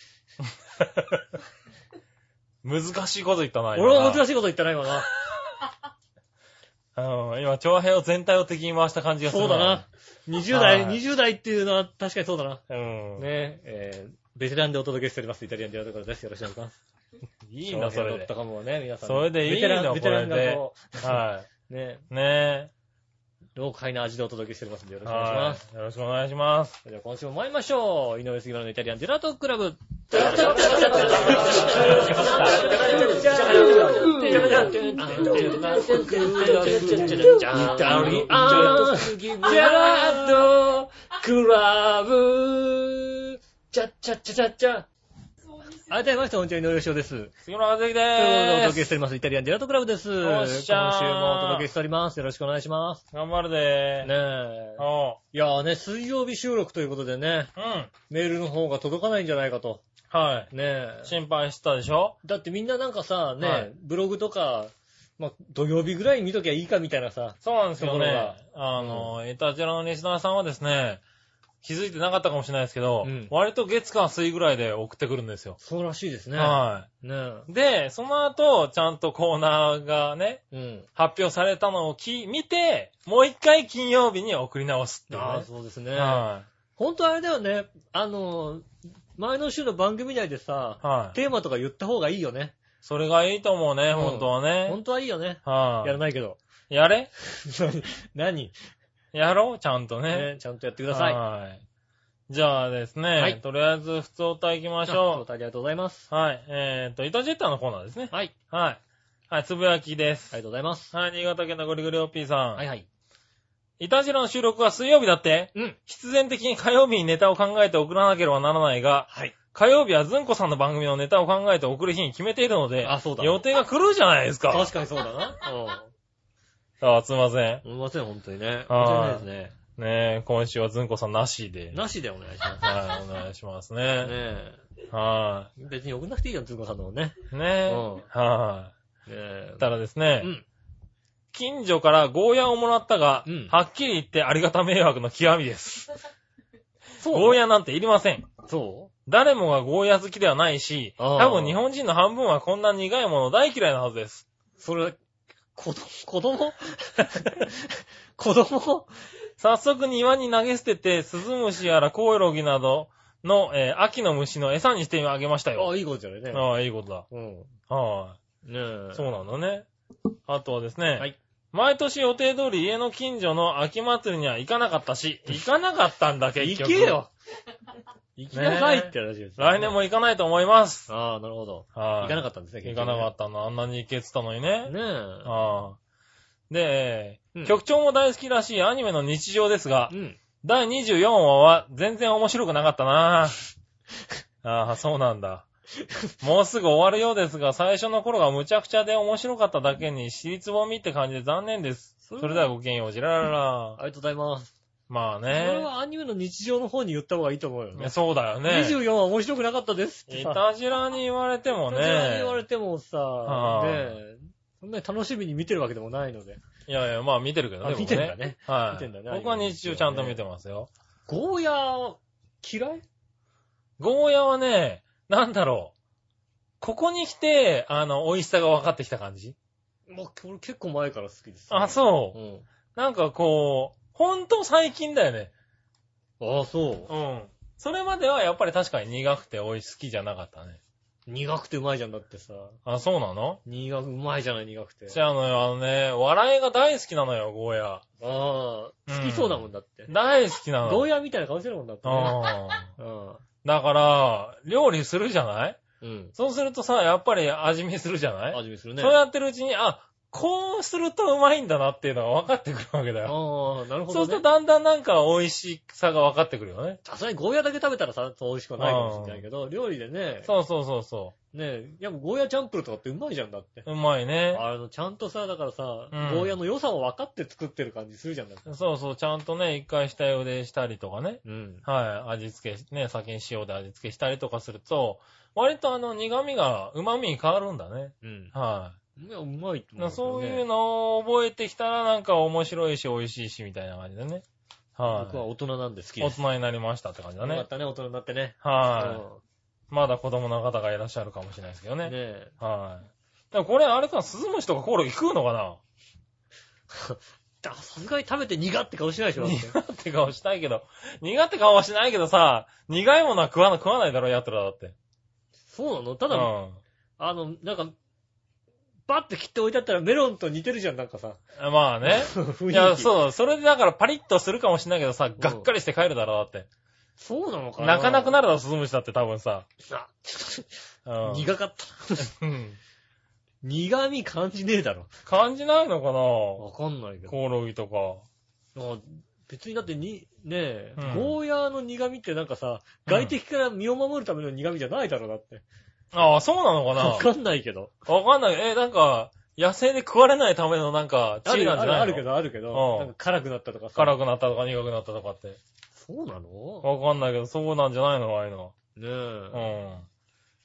Speaker 3: 難しいこと言ったな、今。
Speaker 2: 俺は難しいこと言ったな、今な。
Speaker 3: うん、今、長編を全体を敵に回した感じがする。
Speaker 2: そうだな。にじゅう代、にじゅう代っていうのは確かにそうだな。
Speaker 3: うん。
Speaker 2: ねえ、えー、ベテランでお届けしております。イタリアンでやるところです。よろしくお願いします。
Speaker 3: いいな、それで。
Speaker 2: とかもね、皆さん。
Speaker 3: それでいいの、
Speaker 2: ベテランが
Speaker 3: こう。はい。
Speaker 2: ね
Speaker 3: え。ねえ。
Speaker 2: 老快な味でお届けしておりますので、よろしくお願いします。
Speaker 3: よろしくお願いします。
Speaker 2: それでは今週も参りましょう。井上杉村のイタリアンジェラートクラブ。改めまして、こんにちは、井上翔です。
Speaker 3: 杉村和之でーす。
Speaker 2: ということでお届けしております、イタリアンジェラートクラブです。今週もお届けしております。よろしくお願いします。
Speaker 3: 頑張るでー。
Speaker 2: ねえ。おいやーね、水曜日収録ということでね。
Speaker 3: うん。
Speaker 2: メールの方が届かないんじゃないかと。
Speaker 3: はい。
Speaker 2: ねえ。
Speaker 3: 心配してたでしょ？
Speaker 2: だってみんななんかさ、ね、はい、ブログとか、 まあ、土曜日ぐらいに見ときゃいいかみたいなさ。
Speaker 3: そうなんですよね。あの、エタジェラのリスナーさんはですね、気づいてなかったかもしれないですけど、うん、割と月火水ぐらいで送ってくるんですよ。
Speaker 2: そうらしいですね。
Speaker 3: はい。ねで、その後、ちゃんとコーナーがね、うん、発表されたのをき見て、もう一回金曜日に送り直すっていう、ね。
Speaker 2: ああ、そうですね。はい。本当あれだよね。あの、前の週の番組内でさ、はい、テーマとか言った方がいいよね。
Speaker 3: それがいいと思うね、うん、本当はね。
Speaker 2: 本当はいいよね。はい。やらないけど。
Speaker 3: やれ
Speaker 2: 何
Speaker 3: やろうちゃんとね。
Speaker 2: ね。ちゃんとやってください。
Speaker 3: はい。じゃあですね。はい。とりあえず、普通歌行きましょう。
Speaker 2: 普通歌ありがとうございます。
Speaker 3: はい。えーと、イタジェッターのコーナーですね。
Speaker 2: はい。
Speaker 3: はい。はい、つぶやきです。
Speaker 2: ありがとうございます。
Speaker 3: はい、新潟県のゴリゴリオッピーさん。
Speaker 2: はいはい。
Speaker 3: イタジェラの収録は水曜日だって。うん。必然的に火曜日にネタを考えて送らなければならないが。はい。火曜日はずんこさんの番組のネタを考えて送る日に決めているので。
Speaker 2: あ、そうだ。
Speaker 3: 予定が来るじゃないですか。
Speaker 2: 確かにそうだな。うん。
Speaker 3: ああ、すいません。
Speaker 2: すいません、本当にね。申し訳ないですね。
Speaker 3: ねえ、今週はずんこさんなしで。
Speaker 2: なしでお願いします。
Speaker 3: はい、お願いしますね。ね
Speaker 2: え。
Speaker 3: はい。
Speaker 2: 別に送んなくていいよ、ずんこさんのもね。
Speaker 3: ねえ。うん。はい。ねえ。ただですね。うん。近所からゴーヤをもらったが、うん、はっきり言ってありがた迷惑の極みです。そうゴーヤなんていりません。
Speaker 2: そう
Speaker 3: 誰もがゴーヤ好きではないし、多分日本人の半分はこんな苦いもの大嫌いなはずです。
Speaker 2: それ、子供子供子供
Speaker 3: 早速庭に投げ捨てて、スズムシやらコオロギなどの、えー、秋の虫の餌にしてあげましたよ。
Speaker 2: ああ、いいことじゃないね。
Speaker 3: ああ、いいことだ。うん。はい。ねえ。そうなんだね。あとはですね。はい。毎年予定通り家の近所の秋祭りには行かなかったし、行かなかったんだ、結局。
Speaker 2: 行けよ行きなさいって話です、
Speaker 3: ね。来年も行かないと思います。
Speaker 2: ああ、なるほど。はい。行かなかったんですね、
Speaker 3: 結局、ね。行かなかったの。あんなに行けてたのにね。
Speaker 2: ねえ。
Speaker 3: ああ。で、うん、局長も大好きらしいアニメの日常ですが、うん、だいにじゅうよんわは全然面白くなかったなああ、そうなんだ。もうすぐ終わるようですが、最初の頃がむちゃくちゃで面白かっただけに、尻つぼみって感じで残念です。それ, それではごきげんよう、じららら。
Speaker 2: ありがとうございます。
Speaker 3: まあね。
Speaker 2: それはアニメの日常の方に言った方がいいと思うよね。
Speaker 3: そうだよね。
Speaker 2: にじゅうよんは面白くなかったですって
Speaker 3: さ。いたじらに言われてもね。いたじ
Speaker 2: らに言われてもさ、はあ、ねえ、そんなに楽しみに見てるわけでもないので。
Speaker 3: いやいや、まあ見てるけどね。
Speaker 2: 見てるんだね。
Speaker 3: はい。
Speaker 2: 見てんだね。
Speaker 3: 僕は日中ちゃんと見てますよ。
Speaker 2: ゴーヤ嫌い？
Speaker 3: ゴーヤはね、なんだろう。ここに来て、あの、美味しさが分かってきた感じ？
Speaker 2: まあ、俺結構前から好きです、
Speaker 3: ね。あ、そう。うん。なんかこう、ほんと最近だよね。
Speaker 2: ああ、そう。
Speaker 3: うん。それまではやっぱり確かに苦くて美味し好きじゃなかったね。
Speaker 2: 苦くてうまいじゃんだってさ。
Speaker 3: あ、そうなの？
Speaker 2: 苦く、うまいじゃない、苦くて。
Speaker 3: じゃあのよ、あのね、笑いが大好きなのよ、ゴーヤ。あ
Speaker 2: あ、好きそうだもんだって。
Speaker 3: うん、大好きなの。
Speaker 2: ゴーヤみたいな顔してるもんだって、ね。
Speaker 3: ああ。だから、料理するじゃない？うん。そうするとさ、やっぱり味見するじゃない？
Speaker 2: 味見するね。
Speaker 3: そうやってるうちに、あ、こうするとうまいんだなっていうのが分かってくるわけだ
Speaker 2: よ。ああ、なるほど、ね。
Speaker 3: そうするとだんだんなんか美味しさが分かってくるよね。
Speaker 2: さすがにゴーヤだけ食べたらさ、美味しくはないかもしれないけど、料理でね。
Speaker 3: そうそうそうそう。
Speaker 2: ねえ、やっぱゴーヤチャンプルとかってうまいじゃんだって。
Speaker 3: うまいね。
Speaker 2: あの、ちゃんとさ、だからさ、うん、ゴーヤの良さを分かって作ってる感じするじゃんだって。
Speaker 3: そうそう、ちゃんとね、一回下茹でしたりとかね。うん。はい、味付け、ね、先に塩で味付けしたりとかすると、割とあの苦味が旨味に変わるんだね。うん。はい。
Speaker 2: いや、うまいと思う、ね。
Speaker 3: そういうのを覚えてきたらなんか面白いし美味しいしみたいな感じでね。
Speaker 2: はい。僕は大人なんで好きです。
Speaker 3: 大人になりましたって感じだね。
Speaker 2: よかったね、大人になってね。
Speaker 3: はい。まだ子供の方がいらっしゃるかもしれないですけどね。ねえ。はい。でもこれあれか、スズムシとかコオロギ食うのかな
Speaker 2: さすがに食べて苦って顔しないでしょだって
Speaker 3: 苦って顔したいけど、苦って顔はしないけどさ、苦いものは食わな、食わないだろ、奴らだって。
Speaker 2: そうなの？ただ、うん、あの、なんか、バッて切って置いてあったらメロンと似てるじゃん、なんかさ。
Speaker 3: まあね。いや、そう、それでだからパリッとするかもしれないけどさ、がっかりして帰るだろ、だって。
Speaker 2: そうなのかな？
Speaker 3: 泣かなくなるだろ、スズムシだって多分さ。
Speaker 2: あ、ちょっと、苦かった。うん。苦味感じねえだろ。
Speaker 3: 感じないのかな？
Speaker 2: わかんないけど。
Speaker 3: コオロギとか。
Speaker 2: あ、別にだってに、ねえ、うん、ゴーヤーの苦味ってなんかさ、外敵から身を守るための苦味じゃないだろ、だって。
Speaker 3: ああ、そうなのかな？
Speaker 2: わかんないけど。
Speaker 3: わかんない。え、なんか、野生で食われないためのなんか、
Speaker 2: チーなんじゃないの？あるけど、あるけど、なんか辛くなったとかさ。
Speaker 3: 辛くなったとか苦くなったとかって。
Speaker 2: そうなの？
Speaker 3: わかんないけど、そうなんじゃないのああいうの。
Speaker 2: ねえ。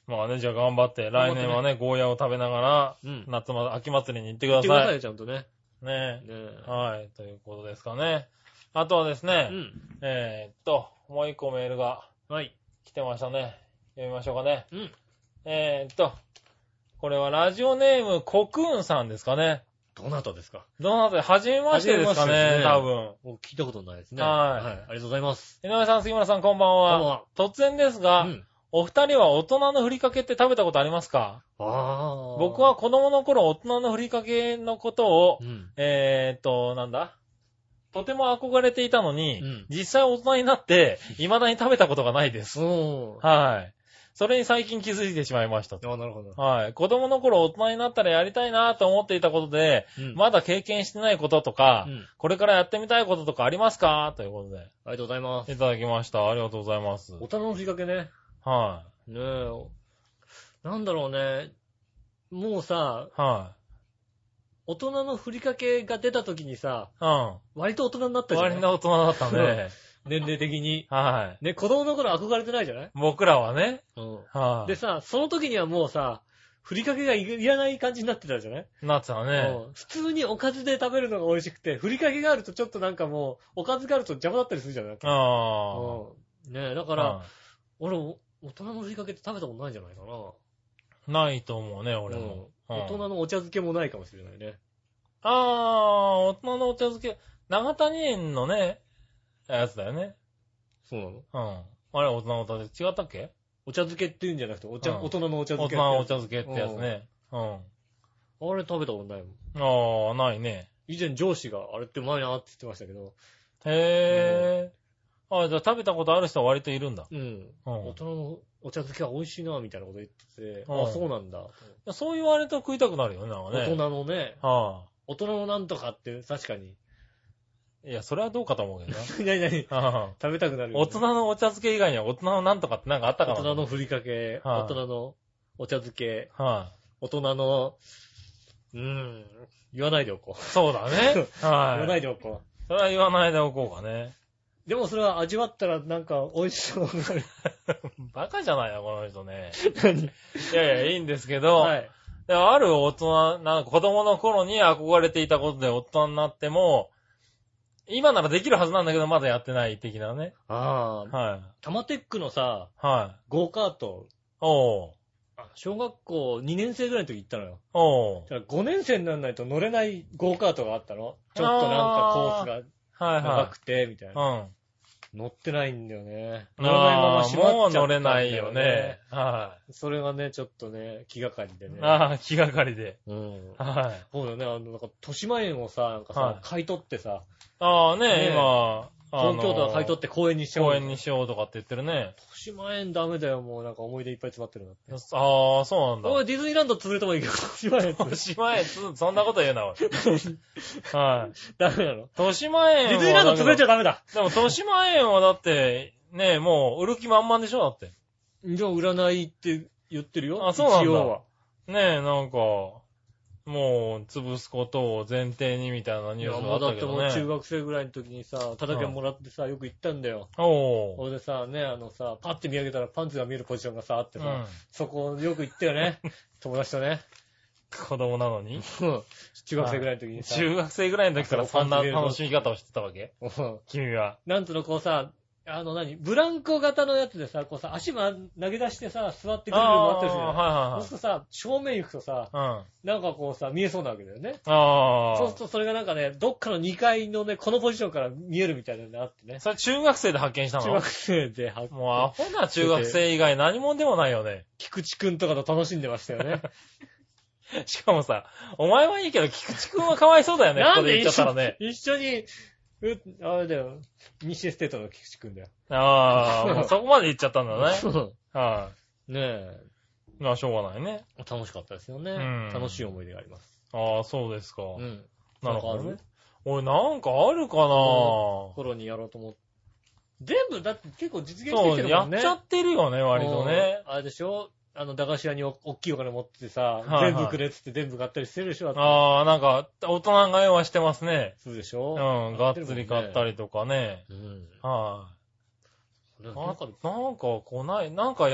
Speaker 3: まあね、じゃあ頑張って、来年はね、ゴーヤを食べながら、うん、夏ま、秋祭りに行ってください。
Speaker 2: 行ってくださいよ、ちゃんとね。
Speaker 3: ねえ。ねえ。はい、ということですかね。あとはですね、うん、えー、っと、もう一個メールが、はい。来てましたね。読みましょうかね。うん。えー、っと、これはラジオネーム、コクーンさんですかね。
Speaker 2: どなたですか？
Speaker 3: どなたで、はじめましてですかね、多分。
Speaker 2: 聞いたことないですね。
Speaker 3: はい。
Speaker 2: はい。ありがとうございます。
Speaker 3: 井上さん、杉村さん、こんばんは。こんばんは。突然ですが、うん、お二人は大人のふりかけって食べたことありますか？ああ。僕は子供の頃、大人のふりかけのことを、うん、えーっと、なんだとても憧れていたのに、うん、実際大人になって、未だに食べたことがないです。はい。それに最近気づいてしまいました。
Speaker 2: ああ、なるほど。
Speaker 3: はい。子供の頃大人になったらやりたいなと思っていたことで、うん、まだ経験してないこととか、うん、これからやってみたいこととかありますかということで。あ
Speaker 2: りがとうございます。
Speaker 3: いただきました。ありがとうございます。
Speaker 2: 大人のふりかけね。
Speaker 3: はい。
Speaker 2: ねえ。なんだろうね。もうさ、はい。大人のふりかけが出た時にさ、うん。割と大人になったじゃん。
Speaker 3: 割と大人だったね。
Speaker 2: 年齢的に。
Speaker 3: はい。
Speaker 2: ね、子供の頃憧れてないじゃない？
Speaker 3: 僕らはね。
Speaker 2: うん。はい。でさ、その時にはもうさ、ふりかけがいらない感じになってたじゃない？
Speaker 3: なってたね。
Speaker 2: うん。普通におかずで食べるのが美味しくて、ふりかけがあるとちょっとなんかもう、おかずがあると邪魔だったりするじゃない？ああ。うん。ねえ、だから、はい、俺、大人のふりかけって食べたことないんじゃないか
Speaker 3: な。ないと思うね、俺も。
Speaker 2: うん。大人のお茶漬けもないかもしれないね。
Speaker 3: ああ、大人のお茶漬け、長谷園のね、やつだよね。
Speaker 2: そうなの？
Speaker 3: うん。あれ、大人のお茶漬け違ったっけ？
Speaker 2: お茶漬けって言うんじゃなくて、お茶、うん、大人のお茶漬け。
Speaker 3: 大人のお茶漬けってやつね。うん。
Speaker 2: あれ食べたことないも
Speaker 3: ん。ああ、ないね。
Speaker 2: 以前上司があれってうまいなって言ってましたけど。
Speaker 3: へえ。ああ、じゃあ食べたことある人は割といるんだ。
Speaker 2: うん。うん、大人のお茶漬けは美味しいなみたいなこと言ってて、うん、あ、そうなんだ。
Speaker 3: そう言われると食いたくなるよね、なんかね。
Speaker 2: 大人のね。はあ、大人のなんとかって確かに。
Speaker 3: いや、それはどうかと思うけどな。
Speaker 2: なになに食べたくなる、
Speaker 3: ね。大人のお茶漬け以外には大人のなんとかってなんかあったかな。
Speaker 2: 大人のふりかけ、はあ、大人のお茶漬け、は
Speaker 3: あ、
Speaker 2: 大人の、うーん、言わないでおこう。
Speaker 3: そうだね。はい。言
Speaker 2: わないでおこ
Speaker 3: う。それは言わないでおこうかね。
Speaker 2: でもそれは味わったらなんか美味しそうになる。
Speaker 3: バカじゃないな、この人ね。
Speaker 2: 何？
Speaker 3: いやいや、いいんですけど、はい。でもある大人、なんか子供の頃に憧れていたことで大人になっても、今ならできるはずなんだけど、まだやってない的なね。
Speaker 2: ああ。はい。タマテックのさ、はい。ゴーカート。
Speaker 3: おう。
Speaker 2: 小学校にねん生ぐらいの時行ったのよ。
Speaker 3: おう。
Speaker 2: ごねん生にならないと乗れないゴーカートがあったの。ちょっとなんかコースが長くて、みたいな。はいはい。うん。乗ってないんだよね。
Speaker 3: 乗らないまま閉まっちゃったんだよね。もう乗れないよね。
Speaker 2: はい。それがね、ちょっとね、気がかりでね。
Speaker 3: ああ、気がかりで。
Speaker 2: うん。はい。そうだね、あの、なんか、豊島園をさ、なんかさ、はい、買い取ってさ。
Speaker 3: ああね、ね今、
Speaker 2: 東京都が買い取って公園にしちゃおう。
Speaker 3: 公園にしようとかって言ってるね。
Speaker 2: 豊島園ダメだよ、もうなんか思い出いっぱい詰まってるなって。
Speaker 3: ああ、そうなんだ。
Speaker 2: おい、ディズニーランド潰れてもいいけど、豊島園。
Speaker 3: 豊島園、そんなこと言うな、おい。はい。
Speaker 2: ダメなの？
Speaker 3: 豊島園は。
Speaker 2: ディズニーランド潰れちゃダメだ。
Speaker 3: でも豊島園はだって、ね、もう売る気満々でしょ、だって。
Speaker 2: じゃあ売らないって言ってるよ。
Speaker 3: あ、そうなんだ。一応は。ねえ、なんか、もう、潰すことを前提にみたいなニュースがあったけどね。
Speaker 2: いや、もうだってもう中学生ぐらいの時にさ、叩きもらってさ、よく行ったんだよ。
Speaker 3: おー。
Speaker 2: それでさ、ね、あのさ、パッて見上げたらパンツが見えるポジションがさ、あってさ、うん、そこよく行ったよね。友達とね。
Speaker 3: 子供なのに
Speaker 2: 中学生ぐらいの時にさ。
Speaker 3: 中学生ぐらいの時からそんな楽しみ方をしてたわけ？君は。
Speaker 2: なんつうの、こうさ、あの何ブランコ型のやつでさ、こうさ、足も投げ出してさ、座ってくるのもあったりするじゃん。はいはいはい。そうするとさ、正面行くとさ、うん、なんかこうさ、見えそうなわけだよね。ああ。そうするとそれがなんかね、どっかのにかいのね、このポジションから見えるみたいなのがあってね。
Speaker 3: それ中学生で発見したの？
Speaker 2: 中学生で発見。
Speaker 3: もうアホな中学生以外何もでもないよね。
Speaker 2: 菊池くんとかと楽しんでましたよね。
Speaker 3: しかもさ、お前はいいけど、菊池くんはかわいそうだよね。
Speaker 2: なんで言っちゃったらね。一緒に、う、あれだよ。日清ステートの菊池くんだよ。
Speaker 3: ああ、もうそこまで言っちゃったんだね。
Speaker 2: はい。ねえ。
Speaker 3: まあ、しょうがないね。
Speaker 2: 楽しかったですよね。うん。楽しい思い出があります。
Speaker 3: ああ、そうですか。うん。
Speaker 2: なるほどね。
Speaker 3: おい、なんかあるかな
Speaker 2: ぁ。頃にやろうと思って。全部、だって結構実現してきてるもんね。
Speaker 3: そう、やっちゃってるよね、割とね。
Speaker 2: あれでしょあの、駄菓子屋におっきいお金持っててさ、はいはい、全部くれっつって全部買ったりしてるでしょ。
Speaker 3: ああ、なんか、大人買いはしてますね。
Speaker 2: そうでしょ
Speaker 3: うん、がっつり買ったりとかね。うん。はい、あ。なんか、なんか、こない、なんかや、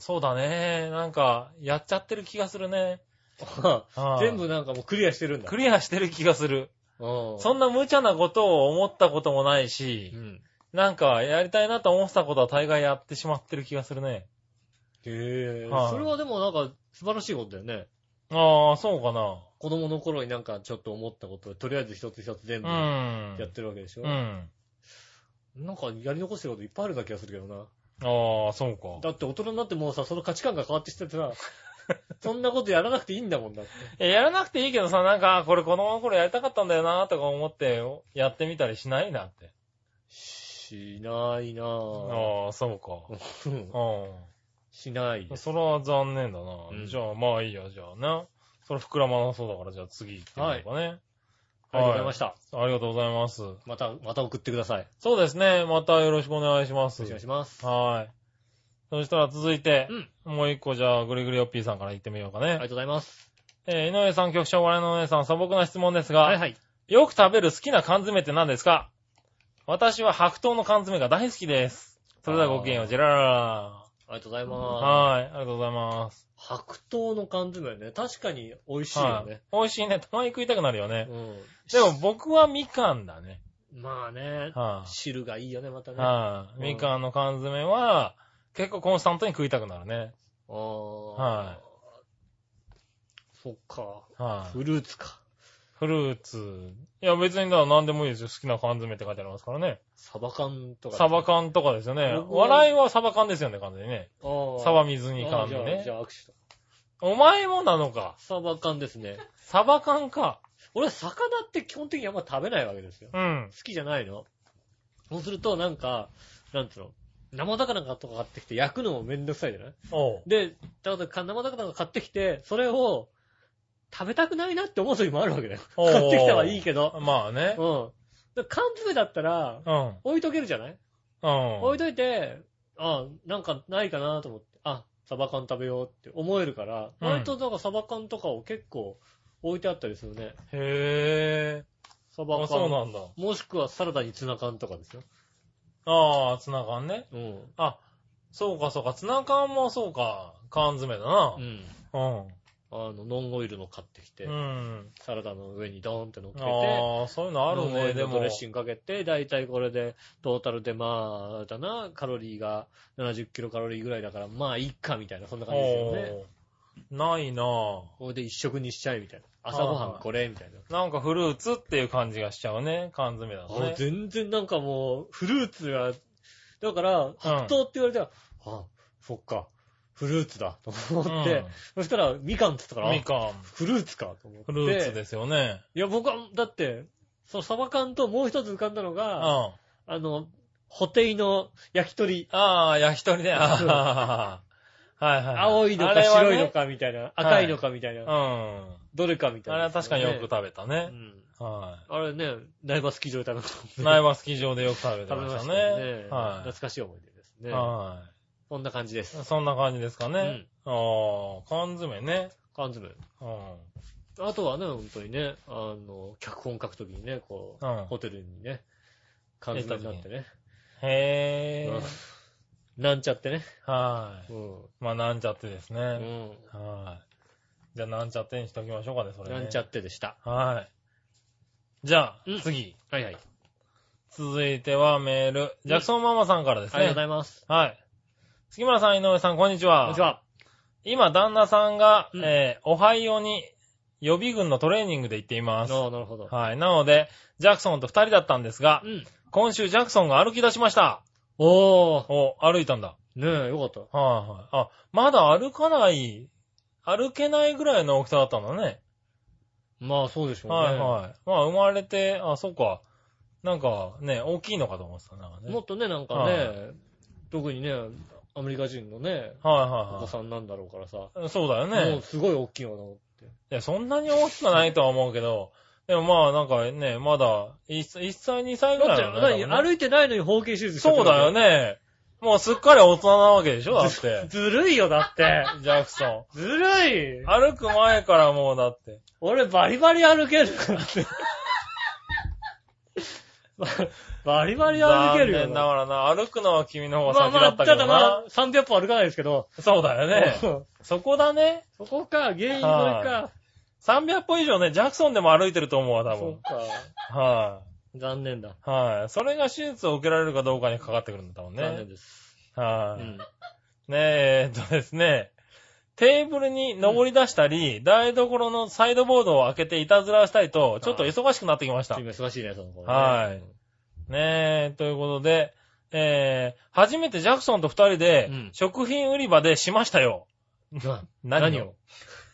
Speaker 3: そうだね。なんか、やっちゃってる気がするね。
Speaker 2: 全部なんかもうクリアしてるんだ。
Speaker 3: クリアしてる気がする。そんな無茶なことを思ったこともないし、うん、なんかやりたいなと思ってたことは大概やってしまってる気がするね。
Speaker 2: へぇ、はあ、それはでもなんか素晴らしいことだよね。
Speaker 3: ああ、そうかな。
Speaker 2: 子供の頃になんかちょっと思ったことをとりあえず一つ一つ全部やってるわけでしょ。うん。なんかやり残してることいっぱいあるような気がするけどな。
Speaker 3: ああ、そうか。
Speaker 2: だって大人になってもうさ、その価値観が変わってきててさ、そんなことやらなくていいんだもんだって。
Speaker 3: やらなくていいけどさ、なんか、これ子供の頃やりたかったんだよなとか思って、やってみたりしないなって。
Speaker 2: しないなぁ。
Speaker 3: ああ、そうか。うん。
Speaker 2: しないです。
Speaker 3: それは残念だな、うん、じゃあ、まあいいや、じゃあな。それ膨らまなそうだから、じゃあ次行ってみようかね。はい。あり
Speaker 2: がとうございました。
Speaker 3: ありがとうございます。
Speaker 2: また、また送ってください。
Speaker 3: そうですね。またよろしくお願いします。
Speaker 2: お願いします。
Speaker 3: はい。そしたら続いて、うん、もう一個じゃあ、ぐりぐりよっぴーさんから行ってみようかね。あ
Speaker 2: りがとうございます。
Speaker 3: えー、井上さん、局長、我々のお姉さん、素朴な質問ですが、
Speaker 2: はいはい。
Speaker 3: よく食べる好きな缶詰って何ですか？私は白桃の缶詰が大好きです。それではごきげんよう、ジェラララ。
Speaker 2: ありがとうございます。
Speaker 3: はい、ありがとうございます。
Speaker 2: 白桃の缶詰ね、確かに美味しいよね。はい、
Speaker 3: 美味しいね。たまに食いたくなるよね。うん。でも僕はみかんだね。
Speaker 2: まあね、はあ、汁がいいよね、またね。
Speaker 3: はあ、みかんの缶詰は、結構コンスタントに食いたくなるね。
Speaker 2: ああ。
Speaker 3: はい。
Speaker 2: そっか。
Speaker 3: はい、あ。
Speaker 2: フルーツか。
Speaker 3: フルーツ。いや別にだから何でもいいですよ。好きな缶詰って書いてありますからね。
Speaker 2: サバ缶とか。
Speaker 3: サバ缶とかですよね。笑いはサバ缶ですよね、完全にね。サバ水煮缶でね。
Speaker 2: じゃあ、握手と。
Speaker 3: お前もなのか。
Speaker 2: サバ缶ですね。
Speaker 3: サバ缶か。
Speaker 2: 俺、魚って基本的にあんま食べないわけですよ。
Speaker 3: うん。
Speaker 2: 好きじゃないの。そうすると、なんか、なんつうの。生魚とか買ってきて焼くのもめんどくさいじゃない？
Speaker 3: おう。
Speaker 2: で、だから生魚買ってきて、それを食べたくないなって思う時もあるわけだよ。買ってきたはいいけど。
Speaker 3: まあね。
Speaker 2: うん。缶詰だったら、うん、置いとけるじゃない？
Speaker 3: うん。
Speaker 2: 置いといて、あ、なんかないかなと思って、あ、サバ缶食べようって思えるから、うん、割となんかサバ缶とかを結構置いてあったりするね。
Speaker 3: へー。
Speaker 2: サバ缶。
Speaker 3: そうなんだ。
Speaker 2: もしくはサラダにツナ缶とかですよ。
Speaker 3: ああ、ツナ缶ね。
Speaker 2: うん。
Speaker 3: あ、そうかそうか、ツナ缶もそうか、缶詰だな。
Speaker 2: うん。
Speaker 3: うん。
Speaker 2: あの、ノンオイルの買ってきて、
Speaker 3: うん。
Speaker 2: サラダの上にドーンって乗っけて、
Speaker 3: ああ、そういうのあるね、でも。
Speaker 2: ドレッシングかけて、だいたいこれで、トータルでまあ、だな、カロリーがななじゅっキロカロリーぐらいだから、まあ、いっか、みたいな、そんな感じですよね。
Speaker 3: ないなぁ。
Speaker 2: これで一食にしちゃえ、みたいな。朝ごはんこれ、みたいな。
Speaker 3: なんかフルーツっていう感じがしちゃうね、缶詰だとね。
Speaker 2: 全然なんかもう、フルーツが、だから、白桃って言われたら、うん、あ、そっか、フルーツだ、と思って、うん、そしたら、みかんって言ったから、
Speaker 3: みかん。
Speaker 2: フルーツか、と思って。
Speaker 3: フルーツですよね。
Speaker 2: いや、僕は、だって、そのサバ缶ともう一つ浮かんだのが、うん、あの、ホテイの焼き鳥。
Speaker 3: ああ、焼き鳥ね。ああはいはい。
Speaker 2: 青いのか白いのかみたいな、ね、赤いのかみたいな。
Speaker 3: はい、うん。
Speaker 2: どれかみたいな、
Speaker 3: ね。あれは確かによく食べたね。
Speaker 2: うん。
Speaker 3: はい。
Speaker 2: あれね、苗場スキー場で食べた。
Speaker 3: 苗場スキー場でよく食べてましたね。
Speaker 2: 食べましたね。はい。懐かしい思い出ですね。
Speaker 3: はい。
Speaker 2: そんな感じです。
Speaker 3: そんな感じですかね。うん。ああ、缶詰ね。
Speaker 2: 缶詰。うん。あとはね、本当にね、あの、脚本書くときにね、こう、うん、ホテルにね、缶詰になってね。
Speaker 3: へー。うん
Speaker 2: なんちゃってね。
Speaker 3: はい。
Speaker 2: うん。
Speaker 3: まあ、なんちゃってですね。
Speaker 2: うん。
Speaker 3: はい。じゃあ、なんちゃってにしときましょうかね、それね。
Speaker 2: なんちゃってでした。
Speaker 3: はい。じゃあ、うん、次。
Speaker 2: はいはい。
Speaker 3: 続いてはメール。ジャクソンママさんからですね。
Speaker 2: ありがとうございます。
Speaker 3: はい。杉村さん、井上さん、こんにちは。
Speaker 2: こんにちは。
Speaker 3: 今、旦那さんが、うん、えー、オハイオに予備軍のトレーニングで行っています。
Speaker 2: ああ、なるほど。
Speaker 3: はい。なので、ジャクソンと二人だったんですが、うん、今週ジャクソンが歩き出しました。
Speaker 2: おー。
Speaker 3: お、歩いたんだ。
Speaker 2: ねえ、よかった。
Speaker 3: はいはい。あ、まだ歩かない、歩けないぐらいの大きさだったんだね。
Speaker 2: まあそうでしょうね。
Speaker 3: はいはい。まあ生まれて、あ、そうか。なんかね、大きいのかと思ってたな、ね。
Speaker 2: もっとね、なんかね、はい、特にね、アメリカ人のね、
Speaker 3: はいはいはい。
Speaker 2: お子さんなんだろうからさ。
Speaker 3: そうだよね。
Speaker 2: もうすごい大きいのだって。
Speaker 3: いや、そんなに大きくはないとは思うけど、でもまあなんかね、まだいっさい、にさいぐらいだ
Speaker 2: よね。だって歩いてないのに包茎手術してる。
Speaker 3: そうだよね。もうすっかり大人なわけでしょだって。
Speaker 2: ずるいよ、だって。
Speaker 3: ジャクソン。
Speaker 2: ずるい。
Speaker 3: 歩く前からもうだって。
Speaker 2: 俺バリバリ歩けるからって。 バリバリ歩けるよ。
Speaker 3: 残念ながらな、歩くのは君の方が先だったけどな。まあまあ、ただまあ、
Speaker 2: さんびゃっぽ歩かないですけど。
Speaker 3: そうだよね。そこだね。
Speaker 2: そこか、原因それか。
Speaker 3: さんびゃっぽ以上ね、ジャクソンでも歩いてると思うわ、多分。
Speaker 2: そうか。
Speaker 3: はい、
Speaker 2: 残念だ。
Speaker 3: はい、それが手術を受けられるかどうかにかかってくるんだもんね。
Speaker 2: 残念です。
Speaker 3: はい、うん、ねえ、えっとですね、テーブルに登り出したり、うん、台所のサイドボードを開けていたずらしたりと、ちょっと忙しくなってきました。
Speaker 2: 今忙しいね、その子、ね。
Speaker 3: はい。ねえ、ということで、えー、初めてジャクソンと二人で、うん、食品売り場でしましたよ。何を何を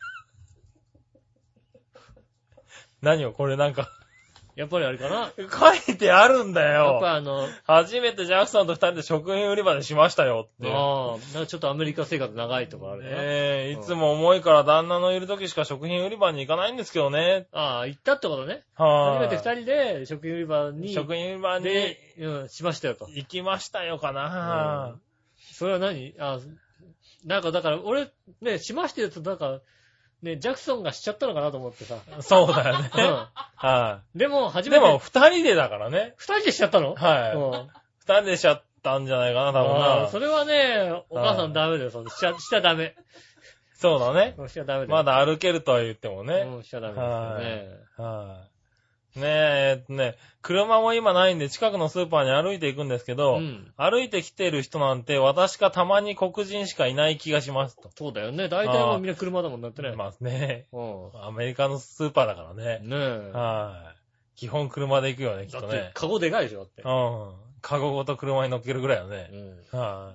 Speaker 3: 何をこれなんか
Speaker 2: やっぱりあれかな
Speaker 3: 書いてあるんだよ。
Speaker 2: やっぱあの、
Speaker 3: 初めてジャクソンと二人で食品売り場でしましたよって。
Speaker 2: ああ、なんかちょっとアメリカ生活長いとかあるね。
Speaker 3: ええー、いつも重いから旦那のいる時しか食品売り場に行かないんですけどね。
Speaker 2: ああ、行ったってことね。
Speaker 3: はい、
Speaker 2: 初めて二人で食品売り場に。
Speaker 3: 食品売り場に。
Speaker 2: うん、しましたよと。
Speaker 3: 行きましたよかな、
Speaker 2: うん、それは何あ、なんかだから俺、ね、しましたよとなんか、ね、ジャクソンがしちゃったのかなと思ってさ。
Speaker 3: そうだよね。うん。はい、
Speaker 2: あ、でも、初め
Speaker 3: て。でも、二人でだからね。
Speaker 2: 二人でしちゃったの
Speaker 3: はい。うん。二人でしちゃったんじゃないかな、多分な。
Speaker 2: それはね、お母さんダメだよ、そのしちゃ、しちゃダメ。
Speaker 3: そうだね。
Speaker 2: しちゃダメだよ。
Speaker 3: まだ歩けるとは言ってもね。
Speaker 2: うん、しちゃダメですよね。
Speaker 3: はい。ねえ、ね、車も今ないんで近くのスーパーに歩いていくんですけど、うん、歩いてきてる人なんて私かたまに黒人しかいない気がしますと。
Speaker 2: そうだよね。大体もみんな車だもんだってね。
Speaker 3: まあね、うん。アメリカのスーパーだからね。
Speaker 2: ねえ。
Speaker 3: はい。基本車で行くよね、きっとね。だって
Speaker 2: カゴでかいでしょ、だって。
Speaker 3: うん。カゴごと車に乗っけるぐらいよね。うん。はい。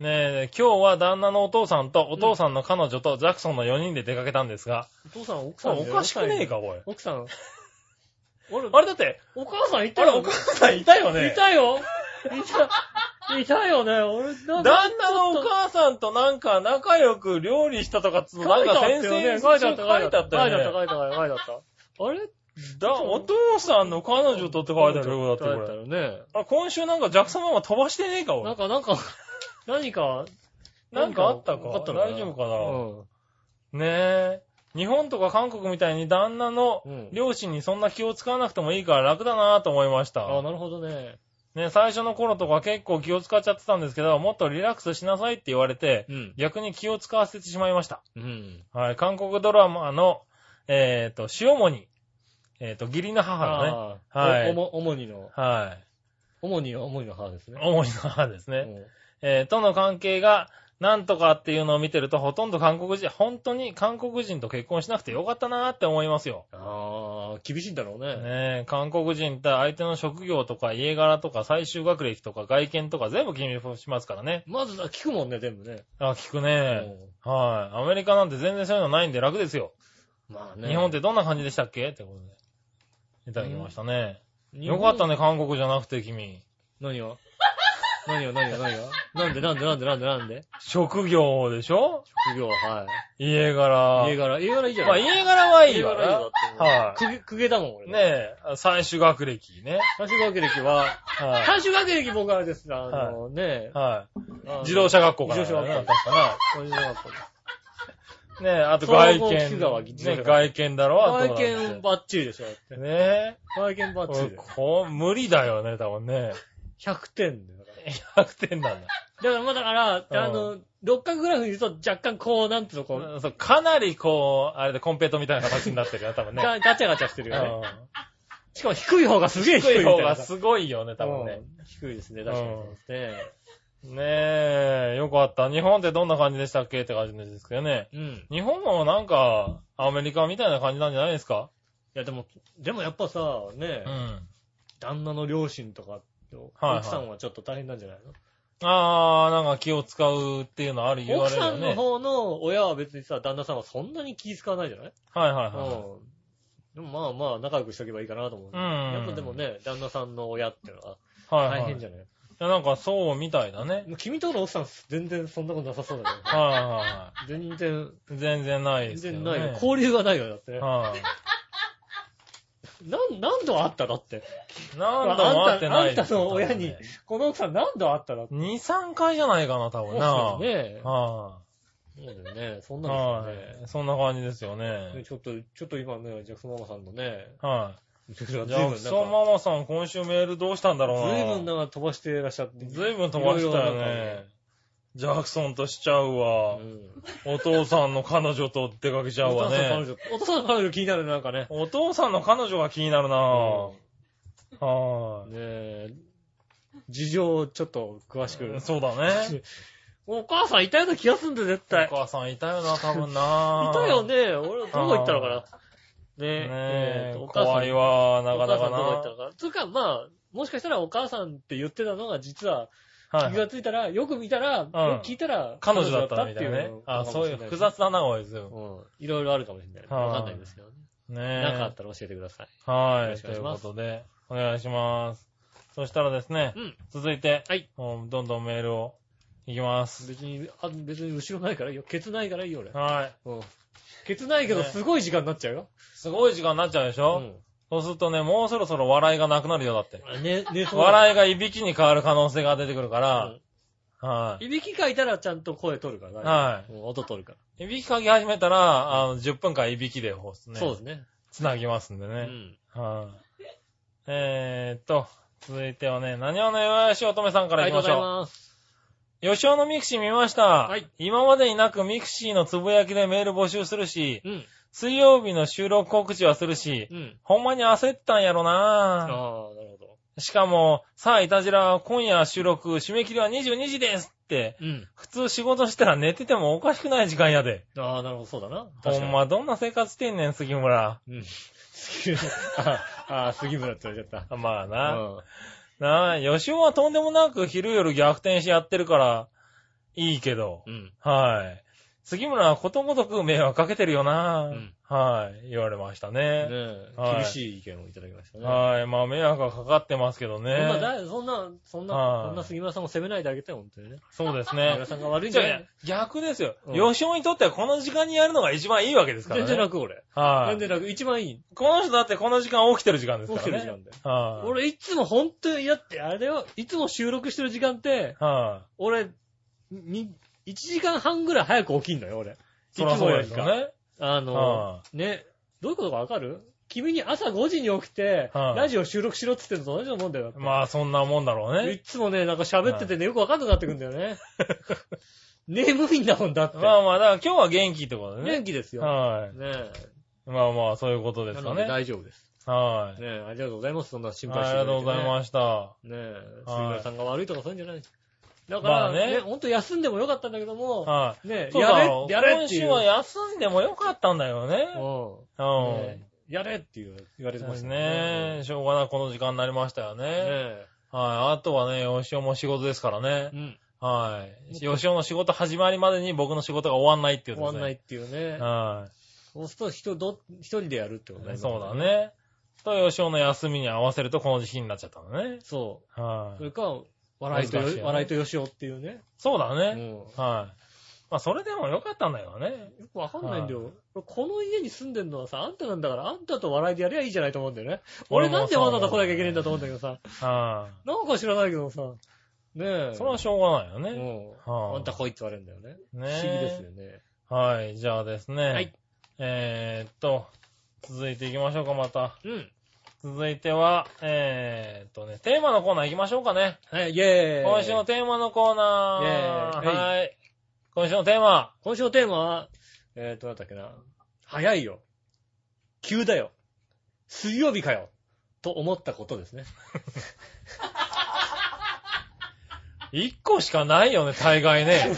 Speaker 3: ねえ、今日は旦那のお父さんとお父さんの彼女とジャクソンのよにんで出かけたんですが。
Speaker 2: お父さん、奥さん。
Speaker 3: おかしくねえか、おい。
Speaker 2: 奥さん。
Speaker 3: あれだって、
Speaker 2: お母さんいたよ。
Speaker 3: あれお母さんいたよね。
Speaker 2: いたよ。いた、いたよね。俺、
Speaker 3: なんか旦那のお母さんとなんか仲良く料理したとかつ、なんか先生
Speaker 2: 書いてあった、書いてあった。
Speaker 3: 書いてあった、
Speaker 2: 書いてあった、書いてあった。あれ
Speaker 3: だ、お父さんの彼女とって書いてあるよ、だってこれ。書いてあるね。あ、今週なんかジャクソンママ飛ばしてねえか、俺。
Speaker 2: なんか、なんか、何か、
Speaker 3: なんかあったか。あったの大丈夫かな。うん。ねえ。日本とか韓国みたいに旦那の両親にそんな気を使わなくてもいいから楽だなと思いました。
Speaker 2: ああ、なるほどね。
Speaker 3: ね、最初の頃とか結構気を使っちゃってたんですけど、もっとリラックスしなさいって言われて、うん、逆に気を使わせてしまいました。うん、はい、韓国ドラマの、えっ、ー、と、塩もに、えっ、ー、と、義理の母のね。
Speaker 2: はい。お、おもにの。
Speaker 3: はい。
Speaker 2: 主に、主にの母ですね。
Speaker 3: 主にの母ですね。うん、えー、との関係が、なんとかっていうのを見てると、ほとんど韓国人、本当に韓国人と結婚しなくてよかったなーって思いますよ。
Speaker 2: ああ、厳しいんだろうね。
Speaker 3: ねえ、韓国人って相手の職業とか家柄とか最終学歴とか外見とか全部気にしますからね。
Speaker 2: まず聞くもんね、全部ね。
Speaker 3: あ、聞くね。はい。アメリカなんて全然そういうのないんで楽ですよ。
Speaker 2: まあね。
Speaker 3: 日本ってどんな感じでしたっけってことで。いただきましたね。よかったね、韓国じゃなくて君。
Speaker 2: 何を何よ、何よ、何よ。なんで、なんで、なんで、なんで、なんで
Speaker 3: 職業でしょ
Speaker 2: 職業、はい。
Speaker 3: 家柄。
Speaker 2: 家柄、家柄いいじゃん。ま
Speaker 3: あ、家柄はいいわね。
Speaker 2: 家柄いいわって。はい。く、くげだもん、俺。
Speaker 3: ねえ、最終学歴ね。
Speaker 2: 最終学歴は、はい。最終学歴僕はですね、あの、ね
Speaker 3: え。はい。自動車学校から。
Speaker 2: 自動車学校
Speaker 3: かな。自動車学校ねえ、あと外見。ね、外見だろ
Speaker 2: 外見バッチリでしょ、だって。
Speaker 3: ねえ。
Speaker 2: 外見バッチリ。
Speaker 3: こう、無理だよね、多分ね。
Speaker 2: ひゃくてんだよ。
Speaker 3: ひゃくてんなんだ。
Speaker 2: だからまあだから、あの、六角グラフに言うと若干こう、なんていうの、こう。
Speaker 3: そう、かなりこう、あれでコンペイトみたいな形になってるよ、多分ね。
Speaker 2: ガチャガチャしてるよね。しかも低い方がすげえ低い。
Speaker 3: 低い方がすごいよね、多分ね。
Speaker 2: 低いですね、確かにですね。
Speaker 3: ねえ、よかった。日本ってどんな感じでしたっけって感じですけどね。うん。日本もなんか、アメリカみたいな感じなんじゃないですか？
Speaker 2: いや、でも、でもやっぱさ、ねえ、うん、旦那の両親とか、はいはい、奥さんはちょっと大変なんじゃないの？
Speaker 3: あー、なんか気を使うっていうのある言われるよね。
Speaker 2: 奥さんの方の親は別にさ、旦那さんはそんなに気使わないじゃない？
Speaker 3: はいはいはい。
Speaker 2: うん。でもまあまあ仲良くしとけばいいかなと思う。うん。やっぱでもね、旦那さんの親ってのは大変じゃない？はいはい、
Speaker 3: いや、なんかそうみたいだね。
Speaker 2: 君との奥さん全然そんなことなさそうだけど、
Speaker 3: ね。はいはいはい。
Speaker 2: 全然。
Speaker 3: 全然ないですよね。
Speaker 2: 全然ないよ。交流がないよ、だってね。はい。何、何度あっただって。
Speaker 3: 何度も会ってない。
Speaker 2: あんたの親に、この奥さん何度あっただって。
Speaker 3: に、さんかいじゃないかな、多分な。
Speaker 2: そうですね。はい。そうだよね。そんなですよね。
Speaker 3: そんな感じですよね。
Speaker 2: ちょっと、ちょっと今ね、ジャクソンママさんのね。
Speaker 3: はい。 ジャクソンママさん、今週メールどうしたんだろうな。
Speaker 2: ずいぶんなんか飛ばしていらっしゃって。
Speaker 3: ずいぶん飛ばしたよね。ジャクソンとしちゃうわ、うん。お父さんの彼女と出かけちゃうわね。
Speaker 2: お父さんの彼女気になるね、なんかね。
Speaker 3: お父さんの彼女が気になるなぁ。うん、は
Speaker 2: ぁ。ねえ。事情ちょっと詳しく。
Speaker 3: そうだね。
Speaker 2: お母さんいたような気がするんだよ、絶対。
Speaker 3: お母さんいたよな、多分な。
Speaker 2: いたよね。俺、どこ行ったのかな。ね
Speaker 3: え。ねえ。怖いわ、なかなかな。
Speaker 2: お母さんどこ行ったのか。つうか、まあ、もしかしたらお母さんって言ってたのが実は、気がついたら、よく見たら、よく聞いたら、
Speaker 3: 彼女だったみたいなね。あ、そういう複雑な名前ですよ。
Speaker 2: うん。いろいろあるかもしれない。わかんないですけどね。ねえ。なんかあったら教えてください。
Speaker 3: はい。ということで、お願いします。そしたらですね、続いて、はい。どんどんメールをいきます。
Speaker 2: 別に、あ、別に後ろないからいいよ。ケツないからいいよ、俺。
Speaker 3: はい。
Speaker 2: うん。ケツないけど、すごい時間になっちゃうよ。
Speaker 3: すごい時間になっちゃうでしょ。うん。そうするとね、もうそろそろ笑いがなくなるよ、だって。
Speaker 2: ね、ね、
Speaker 3: そう。笑いがいびきに変わる可能性が出てくるから、
Speaker 2: はい。いびきかいたらちゃんと声取るからね。
Speaker 3: はい。
Speaker 2: 音取るから。
Speaker 3: いびきかき始めたら、あの、じゅっぷんかんいびきでほすね。
Speaker 2: そうですね。
Speaker 3: つなぎますんでね。うん。はい。えーっと、続いてはね、何話のよやしおとめさんから行きましょう。ありがとうございます。吉尾のミクシー見ました。はい。今までになくミクシーのつぶやきでメール募集するし、うん。水曜日の収録告知はするし、うん。ほんまに焦ったんやろなぁ。ああ、なるほど。しかも、さあ、いたじら、今夜収録、締め切りはにじゅうにじですって、うん。普通仕事したら寝ててもおかしくない時間やで。ああ、なるほど、そうだな。ほんま、どんな生活してんねん、杉村。うん。ああ、杉村って言われちゃった。まあな。うん。なあ、吉尾はとんでもなく昼夜逆転しやってるから、いいけど。うん。はい。杉村はことごとく迷惑かけてるよな、うん、はい。言われましたね。ねえ、はい。厳しい意見をいただきましたね。はい。まあ迷惑がかかってますけどね。そんな、そんな、そんな、そんな杉村さんも責めないであげて、本当にね。そうですね。杉村さんが悪いんじゃない。逆ですよ。うん、吉尾にとってはこの時間にやるのが一番いいわけですからね。全然楽、俺。はい。全然楽。一番いい。この人だってこの時間起きてる時間ですからね。起きてる時間で。はい。俺いつも本当にやって、あれよ、いつも収録してる時間って、はい。俺、に、いちじかんはんぐらい早く起きんのよ、俺。いつもよりか。ね。あの、はあ、ね、どういうことかわかる？君に朝ごじに起きて、はあ、ラジオ収録しろって言ってんのと同じようなもんだよ。まあ、そんなもんだろうね。いつもね、なんか喋っててね、よくわかんなくなってくんだよね。眠いんだもんだって。まあまあ、だから今日は元気ってことね。元気ですよ。はい。ねえ。まあまあ、そういうことですかね。大丈夫です。はい。ねえ、ありがとうございます。そんな心配してくれて、ね。ありがとうございました。ねえ、杉村さんが悪いとかそういうんじゃないです。だから、ね、ほんと休んでもよかったんだけども、はい。ね、やれ、やれっていう。今週は休んでもよかったんだよね。うん。うん。やれっていう言われてましたね。ね、しょうがないこの時間になりましたよね。ねはい。あとはね、吉尾も仕事ですからね。うん。はい。吉尾の仕事始まりまでに僕の仕事が終わんないっていうね。終わんないっていうね。はい。そうすると人、ど、一人でやるってことね。そうだね。と、吉尾の休みに合わせるとこの時期になっちゃったのね。そう。はい。それか、笑いと、ね、笑いとよしおっていうね。そうだね。うん、はい。まあ、それでもよかったんだよね。よくわかんないんだよ。はい、この家に住んでんのはさ、あんたなんだから、あんたと笑いでやりゃいいじゃないと思うんだよね。俺なんでわざわざ来なきゃいけないんだと思うんだけどさ。はい。なんか知らないけどさ。ねえ。それはしょうがないよね。うん。はあ、あんた来いって言われるんだよね。ねえ。不思議ですよね。はい。じゃあですね。はい。えー、っと、続いていきましょうか、また。うん。続いては、えーっとね、テーマのコーナー行きましょうかね。はい、イェーイ。今週のテーマのコーナー。イェーイ。はい。今週のテーマ。今週のテーマは、えーっと、なんだっけな。早いよ。急だよ。水曜日かよ。と思ったことですね。一個しかないよね、大概ね。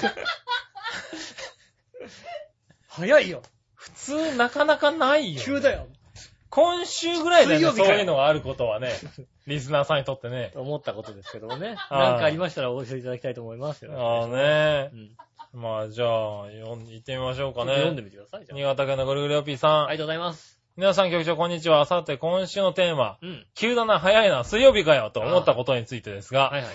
Speaker 3: 早いよ。普通なかなかないよ。急だよ。今週ぐらいだよね、そういうのがあることはね。リスナーさんにとってね。思ったことですけどもね。なんかありましたらお寄せいただきたいと思いますよ。ああね、うん。まあじゃあ、読んで、行ってみましょうかね。読んでみてください。新潟県のぐるぐるよぴーさん。ありがとうございます。皆さん局長こんにちは。さて今週のテーマ。うん、急だな、早いな、水曜日かよ、と思ったことについてですが。はいはい。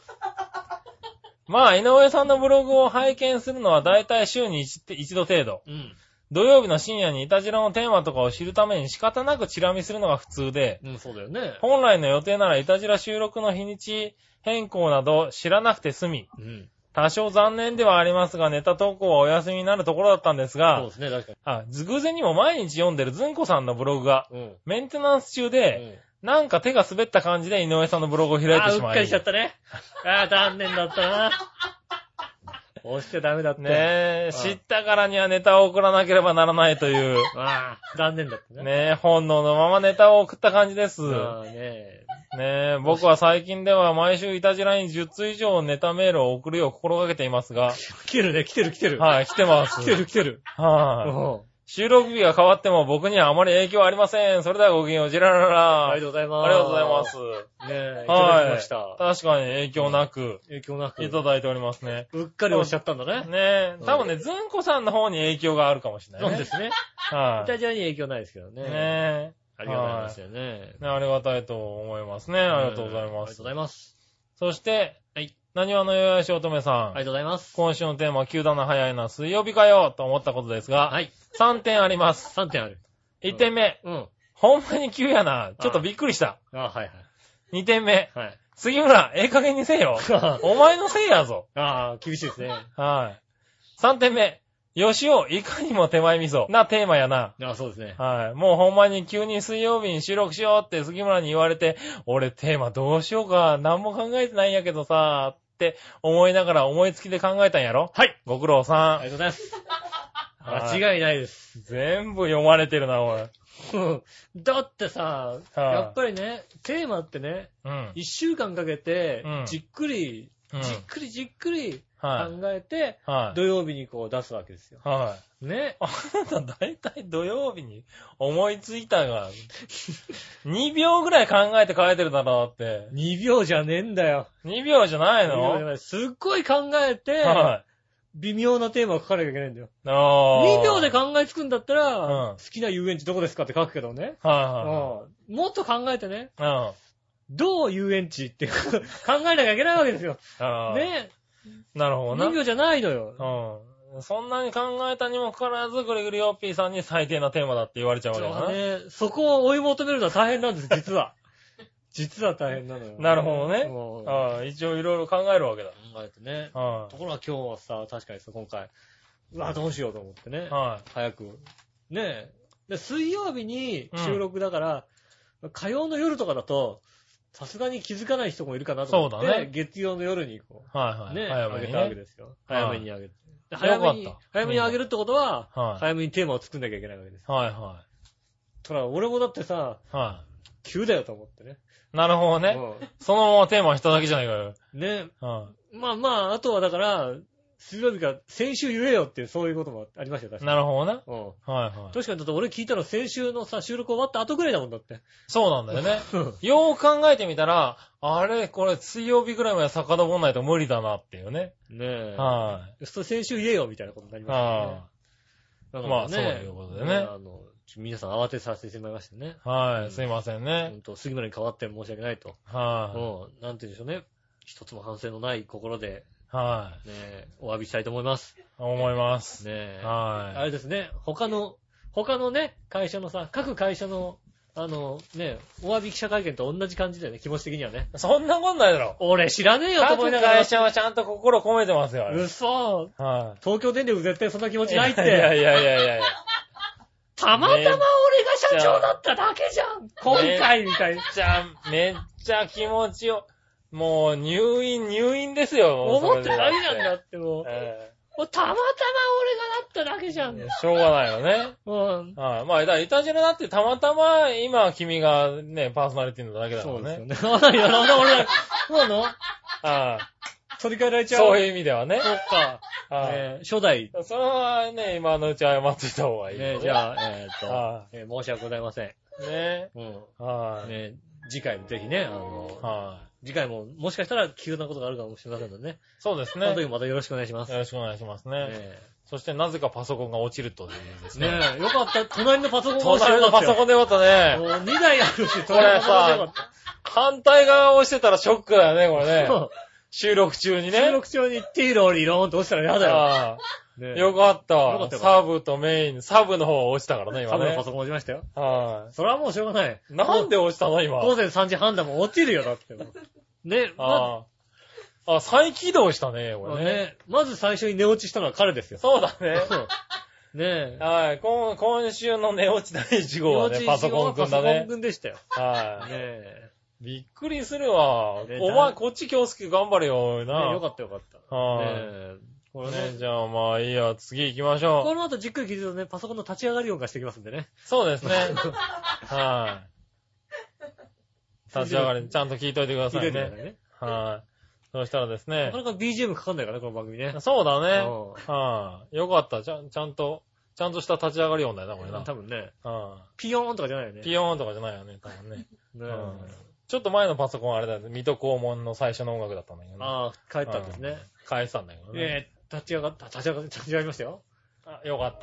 Speaker 3: まあ、井上さんのブログを拝見するのはだいたい週に一度程度。うん。土曜日の深夜にイタジラのテーマとかを知るために仕方なくチラ見するのが普通で、うん、そうだよね。本来の予定ならイタジラ収録の日にち変更など知らなくて済み、うん、 多少残念ではありますが、ネタ投稿はお休みになるところだったんですが、
Speaker 2: そうですね、確かに。
Speaker 3: あ、偶然にも毎日読んでるずんこさんのブログが、うん、メンテナンス中で、うん、なんか手が滑った感じで井上さんのブログを開いてしまい。
Speaker 2: あ、うっかりしちゃったね。ああ、残念だったな。押してダメだって。
Speaker 3: ねえ、知ったからにはネタを送らなければならないという。
Speaker 2: ああ、残念だったね。
Speaker 3: ねえ、本能のままネタを送った感じです。
Speaker 2: ああね
Speaker 3: ねえ、僕は最近では毎週イタジラにじゅっつ以上ネタメールを送るよう心がけていますが。
Speaker 2: 来てるね、来てる来てる。
Speaker 3: はい、来てます。
Speaker 2: 来てる来てる。
Speaker 3: はい。収録日が変わっても僕にはあまり影響ありません。それではごきげんよう、ジラララ。
Speaker 2: ありがとうございます。
Speaker 3: ありがとうございます。
Speaker 2: ねえ、いた
Speaker 3: だ
Speaker 2: きました。
Speaker 3: はい。確かに影響なく。
Speaker 2: 影響なく。
Speaker 3: いただいておりますね。
Speaker 2: うっかり押しちゃったんだね。
Speaker 3: ねえ。多分ね、ずんこさんの方に影響があるかもしれないね。
Speaker 2: そうですね。はい。イタジアに影響ないですけどね。ねえ。ありがとうございますよね。
Speaker 3: ね、ありがたいと思いますね。ありがとうございます。ありが
Speaker 2: とうございます。
Speaker 3: そして、はい。何話のよやしおとめさん。あ
Speaker 2: りがとうございます。
Speaker 3: 今週のテーマは急だな早いな水曜日かよと思ったことですが、はい。さんてんあります。
Speaker 2: さんてんある。
Speaker 3: いってんめ。うん。ほんまに急やな。ちょっとびっくりした。
Speaker 2: ああ、はいはい。
Speaker 3: にてんめ。はい。杉村、ええ加減にせえよ。お前のせいやぞ。
Speaker 2: ああ、厳しいですね。
Speaker 3: はい。さんてんめ。吉尾、いかにも手前味噌なテーマやな。
Speaker 2: ああ、そうですね。
Speaker 3: はい。もうほんまに急に水曜日に収録しようって杉村に言われて、俺テーマどうしようか、何も考えてないんやけどさ、って思いながら思いつきで考えたんやろ？
Speaker 2: はい。
Speaker 3: ご苦労さん。
Speaker 2: ありがとうございます。間違いないです。
Speaker 3: 全部読まれてるな、おい。
Speaker 2: だってさ、やっぱりね、テーマってね、うん、いっしゅうかんかけて、じっくり、うん、じっくりじっくり考えて、はい、土曜日にこう出すわけですよ。
Speaker 3: はい。
Speaker 2: ね。
Speaker 3: あなた大体土曜日に思いついたが、にびょうぐらい考えて書いてるだろうって。
Speaker 2: にびょうじゃねえんだよ。
Speaker 3: にびょうじゃないの？
Speaker 2: すっごい考えて、はい、微妙なテーマを書かなきゃいけないんだよ。
Speaker 3: あ
Speaker 2: にびょうで考えつくんだったら、うん、好きな遊園地どこですかって書くけどね。
Speaker 3: はいはいはい、
Speaker 2: もっと考えてね。
Speaker 3: うん、
Speaker 2: どう遊園地って考えなきゃいけないわけですよ。ね。
Speaker 3: なるほどな。
Speaker 2: にびょうじゃないのよ。
Speaker 3: うん。そんなに考えたにもかかわらず、ぐりぐりよっぴーさんに最低なテーマだって言われちゃうわけだ
Speaker 2: ね。ね。そこを追い求めるのは大変なんです、実は。実は大変なのよ、ね。
Speaker 3: なるほどね。ああ、一応いろいろ考えるわけだ。
Speaker 2: 考えてね。ところが今日はさ、確かにさ、今回、うわ、どうしようと思ってね。はい。早く。ねえ。で、水曜日に収録だから、うん、火曜の夜とかだと、さすがに気づかない人もいるかなと思って、そうだね、月曜の夜にこう、はいはい、ね、早めに、ね、あげたわけですよ。早めにあげて。早めに、早めにあげるってことは、はい、早めにテーマを作んなきゃいけないわけです。
Speaker 3: はいはい。
Speaker 2: ただ、俺もだってさ、はい、急だよと思ってね。
Speaker 3: なるほどね。うん、そのままテーマしただけじゃないかよ。
Speaker 2: ね。はい、まあまあ、あとはだから、水曜日か、先週言えよっていう、そういうこともありましたよ、確かに。
Speaker 3: なるほどね。
Speaker 2: うん。はいはい。確かに、だって俺聞いたの先週のさ、収録終わった後ぐらいだもんだって。
Speaker 3: そうなんだよね。よーく考えてみたら、あれ、これ水曜日ぐらいまで遡んないと無理だなっていうね。
Speaker 2: ねえ。
Speaker 3: はい。
Speaker 2: それ先週言えよ、みたいなことになりましたね。はい。
Speaker 3: まあ、そういうことでね。
Speaker 2: あの、皆さん慌てさせてしまいましたね。
Speaker 3: はい、すいませんね。
Speaker 2: ほんと、杉村に代わって申し訳ないと。はい。うん、なんて言うんでしょうね。一つも反省のない心で、はい。ねえ、お詫びしたいと思います。
Speaker 3: 思います。
Speaker 2: ねえ。
Speaker 3: はい。
Speaker 2: あれですね、他の、他のね、会社のさ、各会社の、あの、ね、お詫び記者会見と同じ感じだよね、気持ち的にはね。
Speaker 3: そんなことないだろ。
Speaker 2: 俺知らねえよと思いながら。
Speaker 3: 各会社はちゃんと心込めてますよ、あれ。
Speaker 2: 嘘。
Speaker 3: はい。
Speaker 2: 東京電力絶対そんな気持ちないって。い
Speaker 3: やいやいやいやいや。
Speaker 2: たまたま俺が社長だっただけじゃん。今回みたいな。
Speaker 3: めっちゃ、めっちゃ気持ちよ。もう入院、入院ですよ。
Speaker 2: 思ってないじゃんだってもう。えー、もうたまたま俺がなっただけじゃん。
Speaker 3: しょうがないよね。うん。はい。まあ、だからイタジラだってたまたま今君がね、パーソナリティのだけだからね。
Speaker 2: そうですよね。いや、なんだ俺ら、そうなの？あ
Speaker 3: あ。
Speaker 2: 取り替えられちゃう。
Speaker 3: そういう意味ではね。
Speaker 2: そっか。えー、初代。
Speaker 3: それはね、今のうち謝っていた方がいい、
Speaker 2: ね。じゃあ、えー、っと、あえー、申し訳ございません。
Speaker 3: ね。
Speaker 2: うん。はい。ね、次回もぜひね、あの、はい。次回も、もしかしたら急なことがあるかもしれませんのでね。
Speaker 3: そうですね。
Speaker 2: その時もまたよろしくお願いします。
Speaker 3: よろしくお願いしますね。ねそしてなぜかパソコンが落ちるというですね。
Speaker 2: ねえ、よかった。隣のパソコンが
Speaker 3: 落ちる。隣のパソコンでよかったね。
Speaker 2: もうにだいあるし、
Speaker 3: これさ、反対側を押してたらショックだよね、これね。収録中にね。
Speaker 2: 収録中にティーローリーローンと落ちたら嫌だよ。
Speaker 3: ね、よかった。よかったよ。サブとメイン、サブの方落ちたからね、今ね。
Speaker 2: サブのパソコン落ちましたよ。はい。それはもうしょうがない。
Speaker 3: なんで落ちたの、今。
Speaker 2: 午前さんじはんだもん落ちるよ、だって。ね、
Speaker 3: ああ。 あ、再起動したね、これね。ね。
Speaker 2: まず最初に寝落ちしたのは彼ですよ。
Speaker 3: そうだね。
Speaker 2: ねえ。
Speaker 3: はい。今、今週の寝落ちだいいち号はね、パソコンくんだね。パソコン
Speaker 2: くんでしたよ。
Speaker 3: はい。
Speaker 2: ねえ。
Speaker 3: びっくりするわ。ね、お前、こっち気をつけ頑張れよ、な。
Speaker 2: ね、よかったよかった。
Speaker 3: はい。ねえ。これね、じゃあまあいいや、次行きましょう。
Speaker 2: この後じっくり聞いてるとね、パソコンの立ち上がり音がしてきますんでね。
Speaker 3: そうですね。はい。立ち上がり、ちゃんと聞いといてくださいね。聞いといてくださいね。はい。そうしたらですね。
Speaker 2: なかなか ビージーエム かかんないからね、この番組ね。
Speaker 3: そうだね。はい。よかった。ちゃん、ちゃんと、ちゃんとした立ち上がり音だよな、これな。
Speaker 2: 多分ね。
Speaker 3: はい。
Speaker 2: ピヨーンとかじゃないよね。
Speaker 3: ピヨーンとかじゃないよね、多分ね。ねえ。ちょっと前のパソコンあれだよね。水戸黄門の最初の音楽だったんだけどね。ああ、
Speaker 2: 帰ったんですね。
Speaker 3: 帰ってたんだけどね。
Speaker 2: ええ、立ち上がった、立ち上がった、立ち上がりましたよ。
Speaker 3: あ、よかった。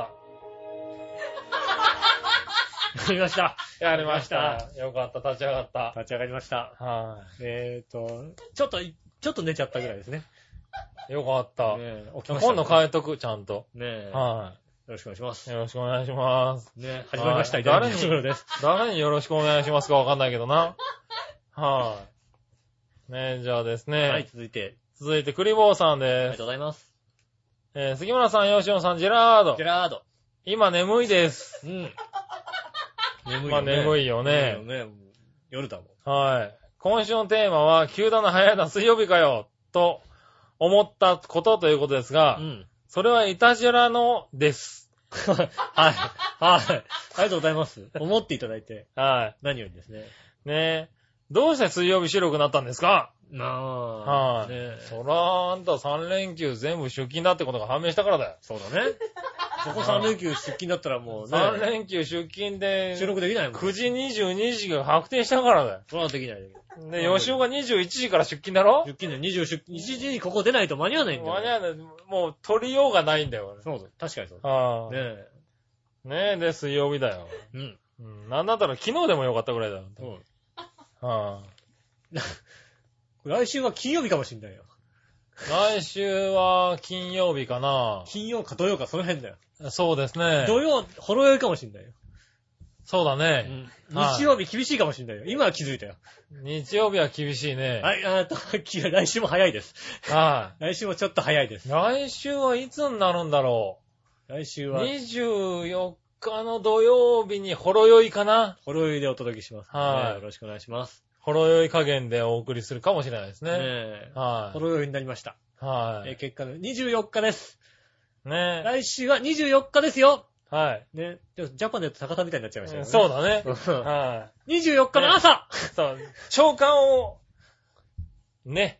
Speaker 2: やりました。
Speaker 3: やりました。よかった、立ち上がった。
Speaker 2: 立ち上がりました。
Speaker 3: はい。
Speaker 2: えっと、ちょっと、ちょっと寝ちゃったぐらいですね。
Speaker 3: よかった。
Speaker 2: ねえ、
Speaker 3: 起きました。今度変えとく、ちゃんと。
Speaker 2: ねえ。
Speaker 3: はい。
Speaker 2: よろしくお願いします。
Speaker 3: よろしくお願いします。
Speaker 2: ね、始まりました。
Speaker 3: 誰に、誰によろしくお願いしますかわかんないけどな。はい。ねえ、じゃあですね。
Speaker 2: はい、続いて。
Speaker 3: 続いて、クリボーさんです。あ
Speaker 2: りがとうございます。
Speaker 3: えー、杉村さん、ヨシオンさん、ジェラード。
Speaker 2: ジェラード。
Speaker 3: 今眠いです。
Speaker 2: うん。眠いよね。
Speaker 3: まあ眠いよね。
Speaker 2: 眠いよね。夜だもん。
Speaker 3: はい。今週のテーマは、急だな早いな水曜日かよ、と思ったことということですが、うん。それはイタジェラのです。
Speaker 2: はい。はい。ありがとうございます。思っていただいて。
Speaker 3: はい。
Speaker 2: 何よりですね。
Speaker 3: ねえ。どうして水曜日収録になったんですか？
Speaker 2: なあ。
Speaker 3: はい、ね。そら、あんたさん連休全部出勤だってことが判明したからだよ。
Speaker 2: そうだね。そこさん連休出勤だったらもうね。
Speaker 3: さん連休出勤で。
Speaker 2: 収録できないもん。
Speaker 3: くじにじゅうにじが確定したからだよ。
Speaker 2: そらできない。
Speaker 3: で、吉尾がにじゅういちじから出勤だろ？
Speaker 2: 出勤だよ。にじゅういちじにここ出ないと間に合わないんだよ。
Speaker 3: 間に合わない。もう取りようがないんだよ。
Speaker 2: そうだ。確かにそうだ。
Speaker 3: は
Speaker 2: あ、ねえ。
Speaker 3: ねえ、で、水曜日だよ。うん。うん。なんだったら昨日でもよかったぐらいだよ。うん。はぁ。
Speaker 2: 来週は金曜日かもしんないよ。
Speaker 3: 来週は金曜日かな。
Speaker 2: 金曜か土曜かその辺だよ。
Speaker 3: そうですね。
Speaker 2: 土曜、ほろ酔いかもしんないよ。
Speaker 3: そうだね。
Speaker 2: うん、日曜日厳しいかもしんないよ。今は気づいたよ。
Speaker 3: 日曜日は厳しいね。
Speaker 2: はい、あと、来週も早いです。
Speaker 3: はい。
Speaker 2: 来週もちょっと早いです。
Speaker 3: 来週はいつになるんだろ
Speaker 2: う。来週は。
Speaker 3: にじゅうよっかの土曜日にほろ酔いかな。
Speaker 2: ほろ酔いでお届けします、ね。はい。よろしくお願いします。
Speaker 3: ほろ酔い加減でお送りするかもしれないですね。ね
Speaker 2: え。はい。ほろ酔いになりました。
Speaker 3: はい。
Speaker 2: えー、結果のにじゅうよっかです。
Speaker 3: ねえ。
Speaker 2: 来週はにじゅうよっかですよ。
Speaker 3: はい。
Speaker 2: ね。ジャパネット高田みたいになっちゃいましたよね。
Speaker 3: そうだね。は
Speaker 2: い。にじゅうよっかの朝、
Speaker 3: ね、そう。長官を、ね。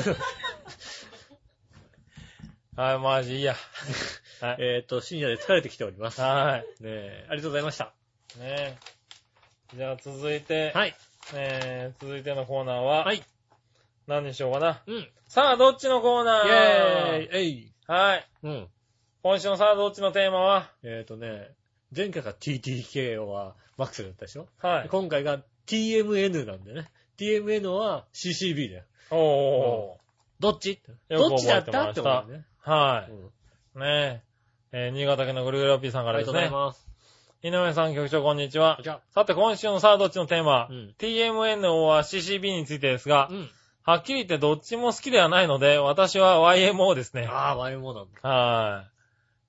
Speaker 3: はい、マジいいや。
Speaker 2: はい。えっと、深夜で疲れてきております。
Speaker 3: はい。
Speaker 2: ねえ、ありがとうございました。
Speaker 3: ねえ。じゃあ続いて、
Speaker 2: はい。
Speaker 3: えー、続いてのコーナーは、
Speaker 2: はい。
Speaker 3: 何にしようかな。
Speaker 2: うん。
Speaker 3: さあ、どっちのコーナー？
Speaker 2: イェーイえい。
Speaker 3: はい。
Speaker 2: うん。
Speaker 3: 今週のさあ、どっちのテーマは？
Speaker 2: えっとね、前回が ティーティーケーオー はマックスだったでしょ？
Speaker 3: はい。
Speaker 2: 今回が ティーエムエヌ なんでね。ティーエムエヌ は シーシービー だよ。
Speaker 3: おー。うん、
Speaker 2: どっち
Speaker 3: ど
Speaker 2: っちだったってことね。
Speaker 3: はい。うん、ねえ。えー、新潟県のぐるぐるおっぴーさんからですね。
Speaker 2: ありがとうございます。
Speaker 3: 井上さん局長こんにちは。こんにちは。さて今週のさあどっちのテーマ、うん、ティーエムエヌ は シーシービー についてですが、うん、はっきり言ってどっちも好きではないので、私は ワイエムオー ですね。
Speaker 2: ああ、ワイエムオー なんだ。
Speaker 3: はい。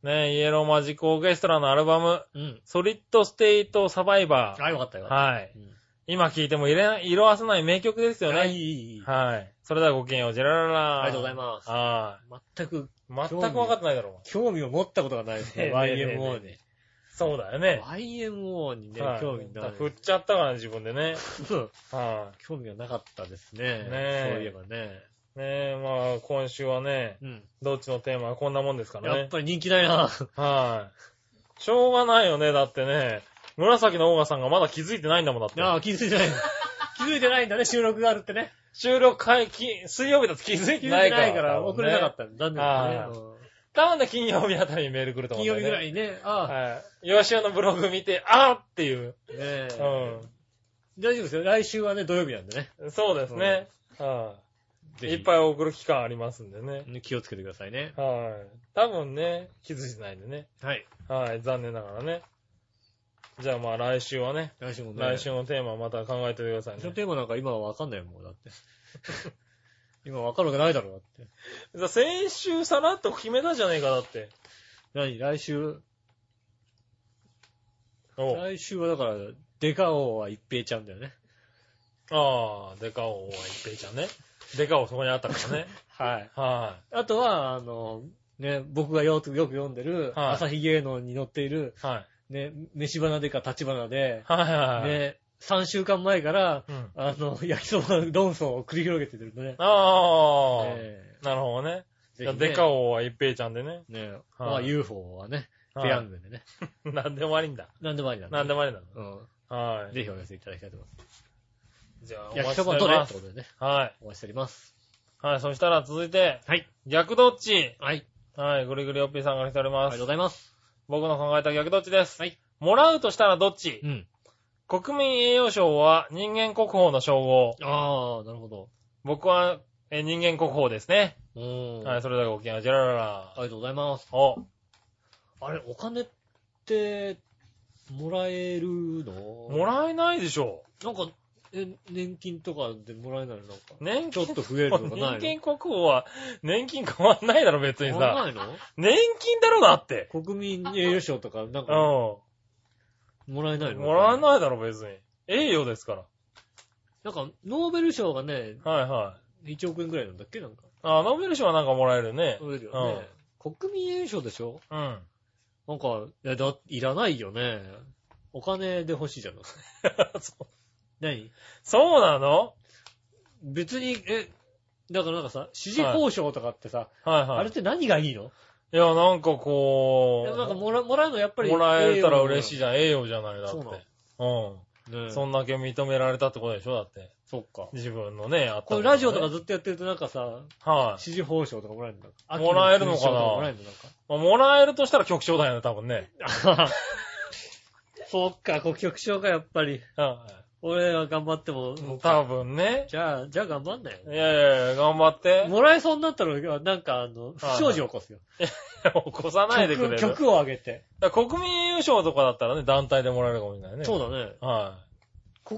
Speaker 3: ねえ、イエローマジックオーケストラのアルバム、うん、ソリッドステイトサバイバー。
Speaker 2: あ、よかったよ。
Speaker 3: はい。うん、今聴いても色あせない名曲ですよね。
Speaker 2: はい、いい、いい。
Speaker 3: はい。それではごきげんよう、ジェラララ。
Speaker 2: ありがとうございます。
Speaker 3: はい。
Speaker 2: 全く、
Speaker 3: 全く分かってないだろう。
Speaker 2: 興味を持ったことがないですね、ワイエムオー に。
Speaker 3: そうだよね。
Speaker 2: ワイエムオー にね、はい、興味ない。
Speaker 3: 振っちゃったからね、自分でね。
Speaker 2: はい、興味がなかったですね。ねそういえばね。
Speaker 3: ねえ、まあ、今週はね、うん、どっちのテーマはこんなもんですからね。
Speaker 2: やっぱり人気ないな。
Speaker 3: はい。しょうがないよね、だってね。紫のオーガさんがまだ気づいてないんだもんだって。
Speaker 2: ああ、気づいてない。気づいてないんだね、収録があるってね。
Speaker 3: 収録会、水曜日だと気づいてないから。
Speaker 2: 気づいてないから、送れなかったんだ。残念だね。
Speaker 3: 多分ね、金曜日あたりにメール来ると思うんだよね。
Speaker 2: 金曜日ぐらいにね、ああ。
Speaker 3: はい。ヨシオのブログ見て、あーっていう。ね
Speaker 2: え。うん。大丈夫ですよ。来週はね、土曜日なんでね。
Speaker 3: そうですね。はい。いっぱい送る期間ありますんでね。
Speaker 2: 気をつけてくださいね。
Speaker 3: はい。多分ね、気づいてないんでね。
Speaker 2: はい。
Speaker 3: はい。残念ながらね。じゃあまあ来週はね。
Speaker 2: 来週もね。
Speaker 3: 来週のテーマをまた考えておいてくださいね。
Speaker 2: 来週のテーマなんか今はわかんないもん、だって。 今わかるわけないだろ、だって。
Speaker 3: 先週さらっと決めたじゃねえか、だって。
Speaker 2: 何来週。来週はだから、デカ王は一平ちゃんだよね。
Speaker 3: ああ、デカ王は一平ちゃんね。デカ王そこにあったからね。
Speaker 2: はい。
Speaker 3: はい。
Speaker 2: あとは、あの、ね、僕がよくよく読んでる、はい、朝日芸能に載っている、はい。ね、飯花でか立花で、はいはいはい。ね、さんしゅうかんまえから、うん、あの、焼きそば論争を繰り広げてるね。
Speaker 3: ああ、えー、なるほどね。じゃあ、デカ王は一平ちゃんでね。
Speaker 2: ね、はい、まあ ユーフォー はね、ペヤングでね。
Speaker 3: なんでもありんだ。
Speaker 2: なんでもありなん
Speaker 3: だ。なんでもありなんだ。
Speaker 2: うん。はい。ぜひお寄せいただきたいと思います。
Speaker 3: じゃあ、
Speaker 2: 焼きそばどれってことでね。はい。お待ちしております。
Speaker 3: はい、そしたら続いて、はい。逆どっちはい。はい、ぐりぐりおっぴーさんが来ております。あり
Speaker 2: がとうございます。
Speaker 3: 僕の考えた逆どっちです。はい。もらうとしたらどっちうん。国民栄誉賞は人間国宝の称号。
Speaker 2: ああ、なるほど。
Speaker 3: 僕は、え、人間国宝ですね。うん。はい、それだけごきげんよう。ジェラララ。
Speaker 2: ありがとうございます。
Speaker 3: お。
Speaker 2: あれ、お金って、もらえるの
Speaker 3: もらえないでしょ。
Speaker 2: なんか、え、年金とかでもらえないのなんか。年金ちょっと増えるとかないの
Speaker 3: 年金国宝は、年金変わんないだろ、別にさ。
Speaker 2: 変わんないの
Speaker 3: 年金だろ、だって。
Speaker 2: 国民栄誉賞とか、なんか、うん。もらえないの
Speaker 3: もらえないだろ、別に。栄誉ですから。
Speaker 2: なんか、ノーベル賞がね、
Speaker 3: はいはい。
Speaker 2: いちおくえんくらいなんだっけなんか。
Speaker 3: あ、ノーベル賞はなんかもらえるね。
Speaker 2: もらえるよね。うん、国民栄誉賞でしょうん。なんか、いや、だ、いらないよね。お金で欲しいじゃん。そう。何
Speaker 3: そうなの
Speaker 2: 別に、え、だからなんかさ、支持報奨とかってさ、
Speaker 3: はい、はいはい、
Speaker 2: あれって何がいいの
Speaker 3: いや、なんかこう、
Speaker 2: いや、なんかもら、もらうのやっぱり。
Speaker 3: もらえたら嬉しいじゃん。栄誉じゃないだって。
Speaker 2: そうな
Speaker 3: のうん。ね、そんだけ認められたってことでしょだって。
Speaker 2: そっか。
Speaker 3: 自分のね、あった、ね。
Speaker 2: これラジオとかずっとやってるとなんかさ、はい。支持報奨とかもらえるんだ。
Speaker 3: もらえるのかなもらえるのなんか。まあ、もらえるとしたら局長だよね、多分ね。
Speaker 2: そっか、局長か、やっぱり。はい。俺は頑張っても。
Speaker 3: 多分ね。
Speaker 2: じゃあ、じゃあ頑張んなよ。
Speaker 3: いやいやいや、頑張って。
Speaker 2: もらえそうになったら、なんかあの、不祥事起こすよ。
Speaker 3: 起こさないでくれる。
Speaker 2: 曲、曲を上げて。
Speaker 3: 国民栄誉賞とかだったらね、団体でもらえるかもしれないね。
Speaker 2: そうだね。はい。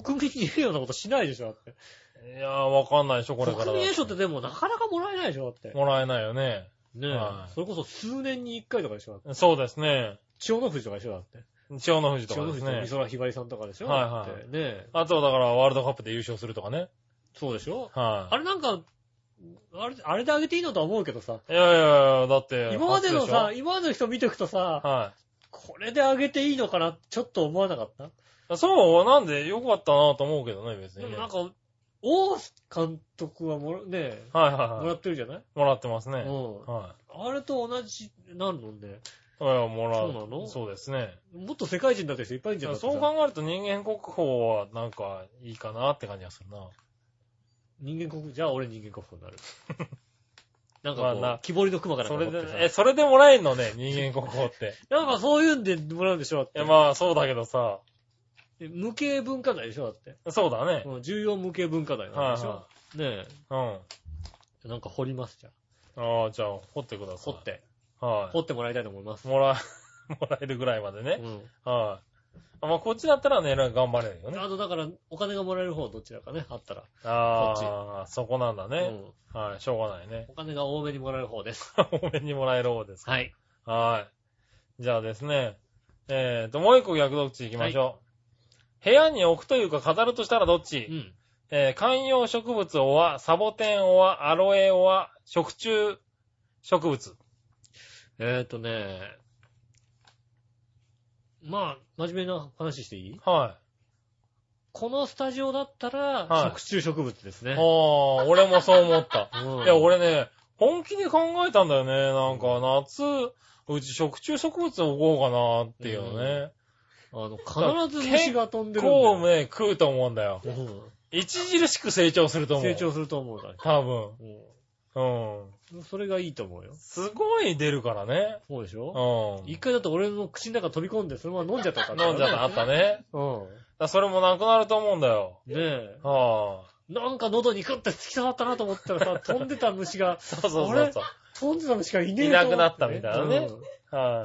Speaker 2: 国民栄誉なことしないでしょ、だって。
Speaker 3: いやー、わかんないでしょ、これから。
Speaker 2: 国民栄誉賞ってでもなかなかもらえないでしょ、だって。
Speaker 3: もらえないよね。
Speaker 2: ねえ。はい、それこそ数年に一回とかでしょ。
Speaker 3: そうですね。
Speaker 2: 千代の富士とかでしょ、だって。
Speaker 3: 千代の富士とかですね。
Speaker 2: 千代の富士と美空ひばりさんとかでしょ。
Speaker 3: はいはい。
Speaker 2: ね
Speaker 3: あとはだからワールドカップで優勝するとかね。
Speaker 2: そうでしょ
Speaker 3: はい。
Speaker 2: あれなんか、あれ、あれであげていいのとは思うけどさ。
Speaker 3: いやいやいや、だって。
Speaker 2: 今までのさ、今までの人見てくとさ、はい。これであげていいのかなちょっと思わなかった
Speaker 3: そうなんでよかったなと思うけどね、別に、ね。
Speaker 2: なんか、王監督はもら、ね
Speaker 3: はいはいはい。
Speaker 2: もらってるじゃない
Speaker 3: もらってますね。
Speaker 2: うん。はい。あれと同じ、なんのね。
Speaker 3: いや、もらう。
Speaker 2: そうなの
Speaker 3: そうですね。
Speaker 2: もっと世界人だって人いっぱいいるんじゃない
Speaker 3: そう考えると人間国宝はなんかいいかなって感じがするな。
Speaker 2: 人間国、じゃあ俺人間国宝になる。なんかこう、まあ、木彫りの熊かなんか
Speaker 3: それで、え、それでもらえんのね、人間国宝って。
Speaker 2: なんかそういうんでもらうんでしょって。
Speaker 3: いや、まあそうだけどさ。
Speaker 2: 無形文化財でしょだって。
Speaker 3: そうだね。
Speaker 2: 重要無形文化財なんでしょ、はいはい、ねえ。うん。なんか掘りますじゃん。
Speaker 3: ああ、じゃあ掘ってください。
Speaker 2: 掘って。
Speaker 3: はい。
Speaker 2: 掘ってもらいたいと思います。
Speaker 3: もら、もらえるぐらいまでね。うん。はい。まあ、こっちだったらね、頑張れるよね。
Speaker 2: あと、だから、お金がもらえる方どちらかね、あったら。
Speaker 3: ああ、そこなんだね。うん。はい、しょうがないね。
Speaker 2: お金が多めにもらえる方です。
Speaker 3: 多めにもらえる方です。
Speaker 2: はい。
Speaker 3: はい。じゃあですね、えーと、もう一個逆どっち行きましょう。はい、部屋に置くというか飾るとしたらどっちうん。えー、観葉植物おは、サボテンおは、アロエおは、食虫植物。
Speaker 2: えーとね、まあ、真面目な話していい
Speaker 3: はい。
Speaker 2: このスタジオだったら、はい、食虫植物ですね。
Speaker 3: ああ、俺もそう思った。うん、いや、俺ね、本気で考えたんだよね。なんか、夏、うち食虫植物置こうかなっていうね。
Speaker 2: うん、あの、必ず虫が飛んでるんだよ。
Speaker 3: 結構ね、食うと思うんだよ。うん、著しく成長すると思う。
Speaker 2: 成長すると思うだ。
Speaker 3: 多分。うん。
Speaker 2: うん。それがいいと思うよ。
Speaker 3: すごい出るからね。
Speaker 2: そうでしょうん。一回だって俺の口の中飛び込んでそのまま飲んじゃったから、
Speaker 3: ね。飲んじゃった、あったね。うん。だそれもなくなると思うんだよ。
Speaker 2: ねえ。はあ。なんか喉にクッて突き刺さったなと思ったらさ、飛んでた虫が。
Speaker 3: そうそうそうそう。
Speaker 2: 飛んでた虫がいねえ
Speaker 3: いなくなったみたいなね。
Speaker 2: うん、はい、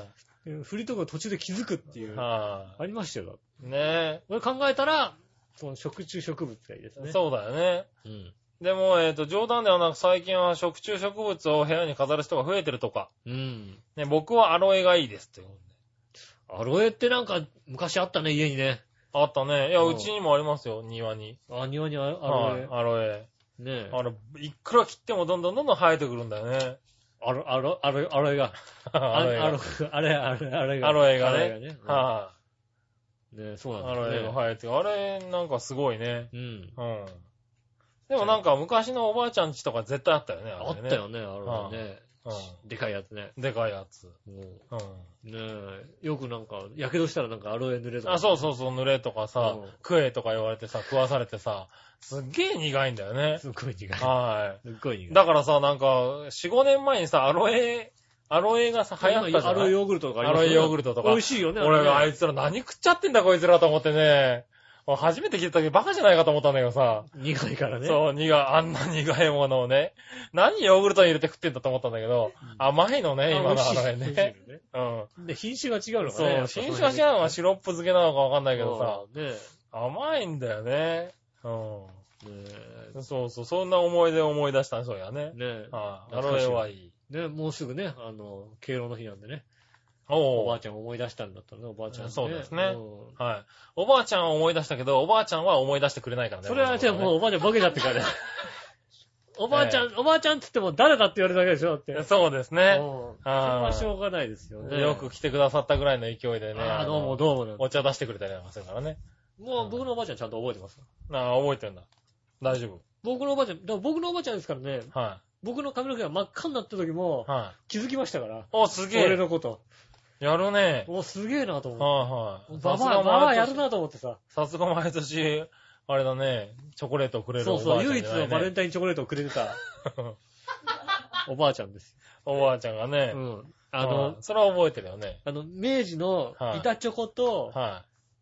Speaker 2: あ。振りとか途中で気づくっていう。はい、あ。ありましたよ。
Speaker 3: ねえ。
Speaker 2: 俺考えたら、その食虫植物がいいですね。
Speaker 3: そうだよね。うん。 でも、えっ、ー、と、冗談ではなく最近は食虫植物を部屋に飾る人が増えてるとか。
Speaker 2: うん。
Speaker 3: ね、僕はアロエがいいですって。
Speaker 2: アロエってなんか昔あったね、家にね。
Speaker 3: あったね。いや、うちにもありますよ、庭に。
Speaker 2: あ、庭にアロエ。
Speaker 3: はい、アロエ。
Speaker 2: ねえ。
Speaker 3: あれ、いくら切ってもどんどんどんどん生えてくるんだよね。
Speaker 2: アロ、アロ、アロエ、アロエが。
Speaker 3: アロエが。
Speaker 2: あれ、あれ、あれが。
Speaker 3: アロエがね。はい、
Speaker 2: あ、ねえ、そうなんだ、ね。
Speaker 3: アロエが生えて、あれ、なんかすごいね。
Speaker 2: うん。
Speaker 3: うん。でもなんか昔のおばあちゃん家とか絶対あったよね、あれね。
Speaker 2: あったよね、あれね。
Speaker 3: うん。
Speaker 2: でかいやつね。
Speaker 3: でかいやつ。
Speaker 2: うん。ねえ。よくなんか、やけどしたらなんかアロエ塗れとか、ね。
Speaker 3: あ、そうそうそう、塗れとかさ、食えとか言われてさ、食わされてさ、すっげえ苦いんだよね。
Speaker 2: すっごい苦い。
Speaker 3: はい。
Speaker 2: すっごい苦い。
Speaker 3: だからさ、なんか、よん、ごねんまえにさ、アロエ、アロエがさ、流行ったじゃない？
Speaker 2: アロエヨーグルトとかあり
Speaker 3: ますよね。アロエヨーグルトとか。
Speaker 2: 美味しいよね。
Speaker 3: 俺があいつら何食っちゃってんだこいつらと思ってね。初めて聞いた時バカじゃないかと思ったんだけどさ。
Speaker 2: 苦いからね。
Speaker 3: そう、苦い、あんな苦いものをね。何ヨーグルトに入れて食ってんだと思ったんだけど、うん、甘いのね、今のアロエね。ね
Speaker 2: うん。で、品種が違うのかね。
Speaker 3: そう、品種が違うのはシロップ漬けなのかわかんないけどさ。ね、甘いんだよね。うん。ね、そうそう、そんな思い出を思い出したんそうやね。ねああ、アロエはいい。
Speaker 2: ね、もうすぐね、あの、敬老の日なんでね。
Speaker 3: お,
Speaker 2: おばあちゃんを思い出したんだったらね、おばあちゃん、ね。
Speaker 3: そうですね。はい。おばあちゃんを思い出したけど、おばあちゃんは思い出してくれないからね。
Speaker 2: それはじゃあもうおばあちゃんボケちゃってからね。おばあちゃん、えー、おばあちゃんって言っても誰だって言われるだけでしょって。
Speaker 3: そうですね。
Speaker 2: それはしょうがないですよね。
Speaker 3: よく来てくださったぐらいの勢いでね。
Speaker 2: ああ、どうもどうも。
Speaker 3: お茶出してくれたりなんかするからね。
Speaker 2: もう僕のおばあちゃんちゃんと覚えてます。
Speaker 3: ああ、覚えてるんだ。大丈夫。
Speaker 2: 僕のおばあちゃん、だから僕のおばあちゃんですからね。
Speaker 3: はい。
Speaker 2: 僕の髪の毛が真っ赤になった時も、はい。気づきましたから。
Speaker 3: お、すげえ。
Speaker 2: 俺のこと。
Speaker 3: やるね。
Speaker 2: お、すげえなと思って。
Speaker 3: はいはい。
Speaker 2: ババア、ババアやるなと思ってさ。
Speaker 3: さすが毎年、あれだね、チョコレートをくれるおばあちゃん、ね。
Speaker 2: そうそう、唯一のバレンタインチョコレートをくれてた、おばあちゃんです。
Speaker 3: おばあちゃんがね。
Speaker 2: うん。あの、
Speaker 3: それは覚えてるよね。
Speaker 2: あの、明治の板チョコと、
Speaker 3: はい。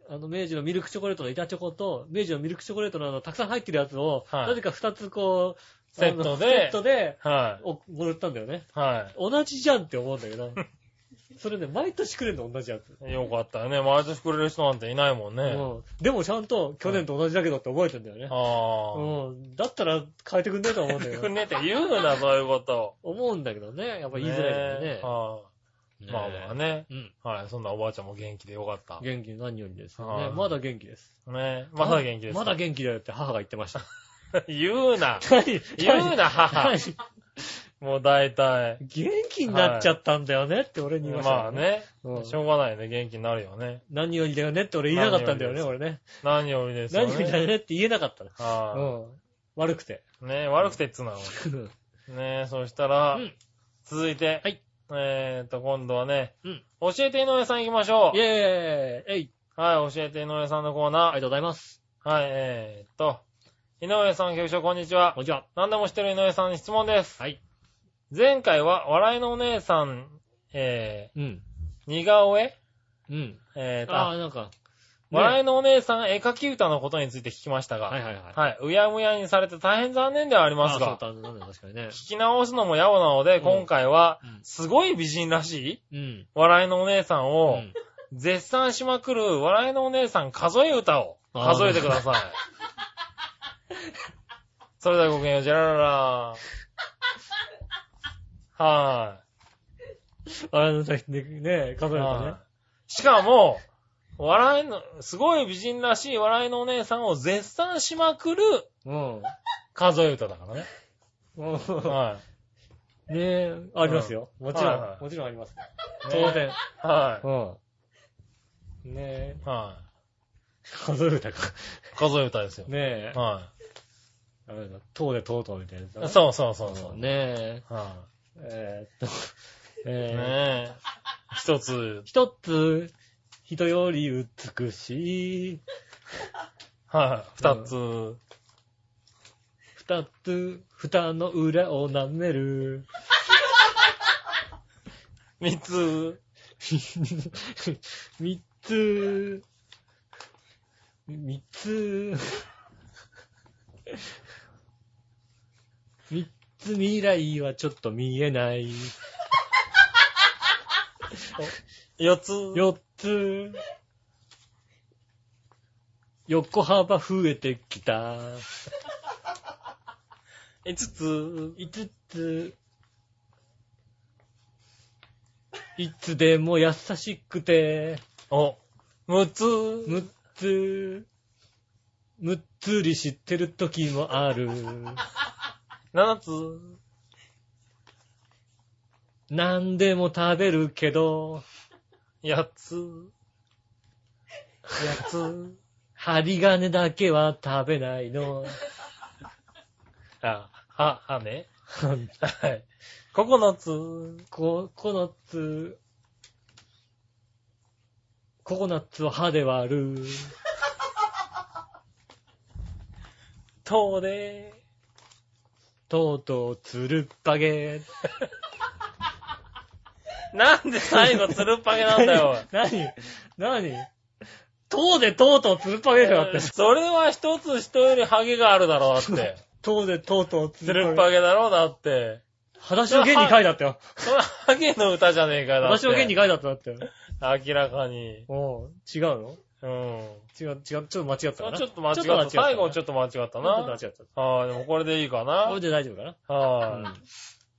Speaker 2: あの、明治のミルクチョコレートの板チョコと、明治のミルクチョコレートのあの、たくさん入ってるやつを、はい、なぜか二つこう、
Speaker 3: セットで、
Speaker 2: セットで、
Speaker 3: はい。
Speaker 2: お、もらったんだよね。
Speaker 3: はい。
Speaker 2: 同じじゃんって思うんだけど。それね、毎年くれるの同じやつ。
Speaker 3: よかったよね。毎年くれる人なんていないもんね。
Speaker 2: うん。でもちゃんと去年と同じだけどって覚えてんだよね。
Speaker 3: ああ。
Speaker 2: うん。だったら変えてくんねえと思うんだけど。
Speaker 3: 変えてくんねえって言うな、そういうこと。
Speaker 2: 思うんだけどね。やっぱ言いづらいからね。
Speaker 3: はあ。まあまあね。うん。はい。そんなおばあちゃんも元気でよかった。
Speaker 2: 元気何よりですよね。まだ元気です。
Speaker 3: ねまだ元気です。
Speaker 2: まだ元気だよって母が言ってました。
Speaker 3: 言うな。言うな、母。もう大体。
Speaker 2: 元気になっちゃったんだよねって俺に言いました、
Speaker 3: ね。まあね、うん。しょうがないね。元気になるよね。
Speaker 2: 何よりだよねって俺言いなかったんだよね、俺ね。
Speaker 3: 何よりですよね。
Speaker 2: 何よりだよねって言えなかったの。
Speaker 3: ああ、うん。
Speaker 2: 悪くて。
Speaker 3: ね悪くてっつうの。ねそしたら、うん、続いて。
Speaker 2: はい。
Speaker 3: えーっと、今度はね、うん、教えて井上さん行きましょう。
Speaker 2: イェーイえい。
Speaker 3: はい、教えて井上さんのコーナー。
Speaker 2: ありがとうございます。
Speaker 3: はい、えーっと、井上さん、局長、こんにちは。
Speaker 2: こんにちは。
Speaker 3: 何でも知ってる井上さんに質問です。
Speaker 2: はい。
Speaker 3: 前回は、笑いのお姉さん、えー、うん。似顔絵
Speaker 2: うん。
Speaker 3: えーと、
Speaker 2: ああ、なんか、ね、
Speaker 3: 笑いのお姉さん絵描き歌のことについて聞きましたが、
Speaker 2: はいはいはい。
Speaker 3: はい。うやむやにされて大変残念ではありますが、
Speaker 2: あそうだね、確かにね。
Speaker 3: 聞き直すのも野暮なので、うん、今回は、すごい美人らしい、うん、笑いのお姉さんを、うん、絶賛しまくる笑いのお姉さん数え歌を数えてください。それではごきげんよう、ジェラララは
Speaker 2: ーい。あの、ね、ね、数えたね。
Speaker 3: しかも、笑いの、すごい美人らしい笑いのお姉さんを絶賛しまくる、うん。数え歌だからね。
Speaker 2: はい。ねえ、ありますよ。もちろん、はいはい、もちろんあります。当然。
Speaker 3: はい。
Speaker 2: うん。ねえ。
Speaker 3: はい。
Speaker 2: 数え歌か。
Speaker 3: 数え歌ですよ。
Speaker 2: ねえ。
Speaker 3: はい。
Speaker 2: あれだ、とうでとうとうみたいな、
Speaker 3: ね。そうそうそうそう。
Speaker 2: ねえ。
Speaker 3: はい。
Speaker 2: えー、っと、え
Speaker 3: ー、ねえ。一つ。
Speaker 2: 一つ、人より美しい。
Speaker 3: はい、二つ。
Speaker 2: 二つ、蓋の裏を舐める。
Speaker 3: 三つ。
Speaker 2: 三つ。三つ。三つ未来はちょっと見えない。
Speaker 3: 四つ。
Speaker 2: 四つ。横幅増えてきた。
Speaker 3: いつつ、
Speaker 2: いつつ、いつでも優しくて、
Speaker 3: お、むつ、
Speaker 2: むつ、むっつり知ってる時もある。
Speaker 3: ななつ、
Speaker 2: なんでも食べるけど、
Speaker 3: やつ、やつ、
Speaker 2: 針金だけは食べないの。
Speaker 3: あ、は、はね。はい。ここのつ、
Speaker 2: こ、このつ、ココナッツを歯で割る。
Speaker 3: とうで、
Speaker 2: とうとうつるっぱげ。
Speaker 3: なんで最後つるっぱげなんだよ。
Speaker 2: 何何とうでとうとうつるっぱげだって。
Speaker 3: それは一つ人よりハゲがあるだろう、だって。
Speaker 2: とうでとうとう
Speaker 3: つるっぱげだろう、だって。
Speaker 2: 裸足の弦に書いてあったよ。
Speaker 3: それはハゲの歌じゃねえかよ、だって。
Speaker 2: 裸足の弦に書いてあったよ、だって。
Speaker 3: 明らかに。
Speaker 2: おう違うの
Speaker 3: うん。
Speaker 2: 違う、違う、ちょっと間違ったかな。
Speaker 3: ちょっと間違った。最後ちょっと間違ったな。
Speaker 2: ちょっと間違った。
Speaker 3: ああ、でもこれでいいかな。
Speaker 2: これで大丈夫かな。
Speaker 3: はい。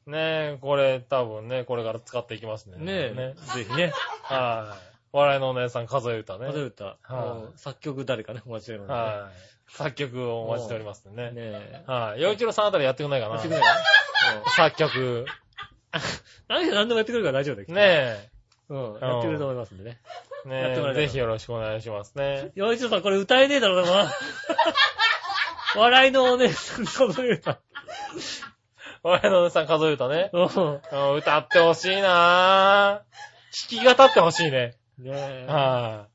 Speaker 3: ねえ、これ多分ね、これから使っていきますね。
Speaker 2: ねえ。ぜひね。
Speaker 3: はい。笑いのお姉さん数え歌ね。
Speaker 2: 数え歌。はい。作曲誰かね、お待ちしております。はい。
Speaker 3: 作曲をお待ちしておりますね。
Speaker 2: ねえ。
Speaker 3: はい。洋一郎さんあたりやってくんないかな。
Speaker 2: やってくんないか
Speaker 3: な。作曲。
Speaker 2: 何で何でもやってくれるから大丈夫だけど。
Speaker 3: ねえ。
Speaker 2: うん。やってくれると思いますんでね。
Speaker 3: ねえ。ぜひよろしくお願いしますね。
Speaker 2: 洋一郎さんこれ歌えねえだろ、でもな。笑いのお姉さん数え歌。
Speaker 3: 笑いのお姉さん数え歌ね。
Speaker 2: うん。
Speaker 3: 歌ってほしいなぁ。弾き語ってほしいね。
Speaker 2: ねえ。
Speaker 3: はい。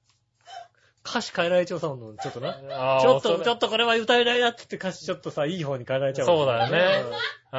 Speaker 2: 歌詞変えられちゃうさもん、ちょっとな。ちょっと、ちょっとこれは歌えないなって言って歌詞ちょっとさ、いい方に変えられちゃう。
Speaker 3: そうだよね。うん。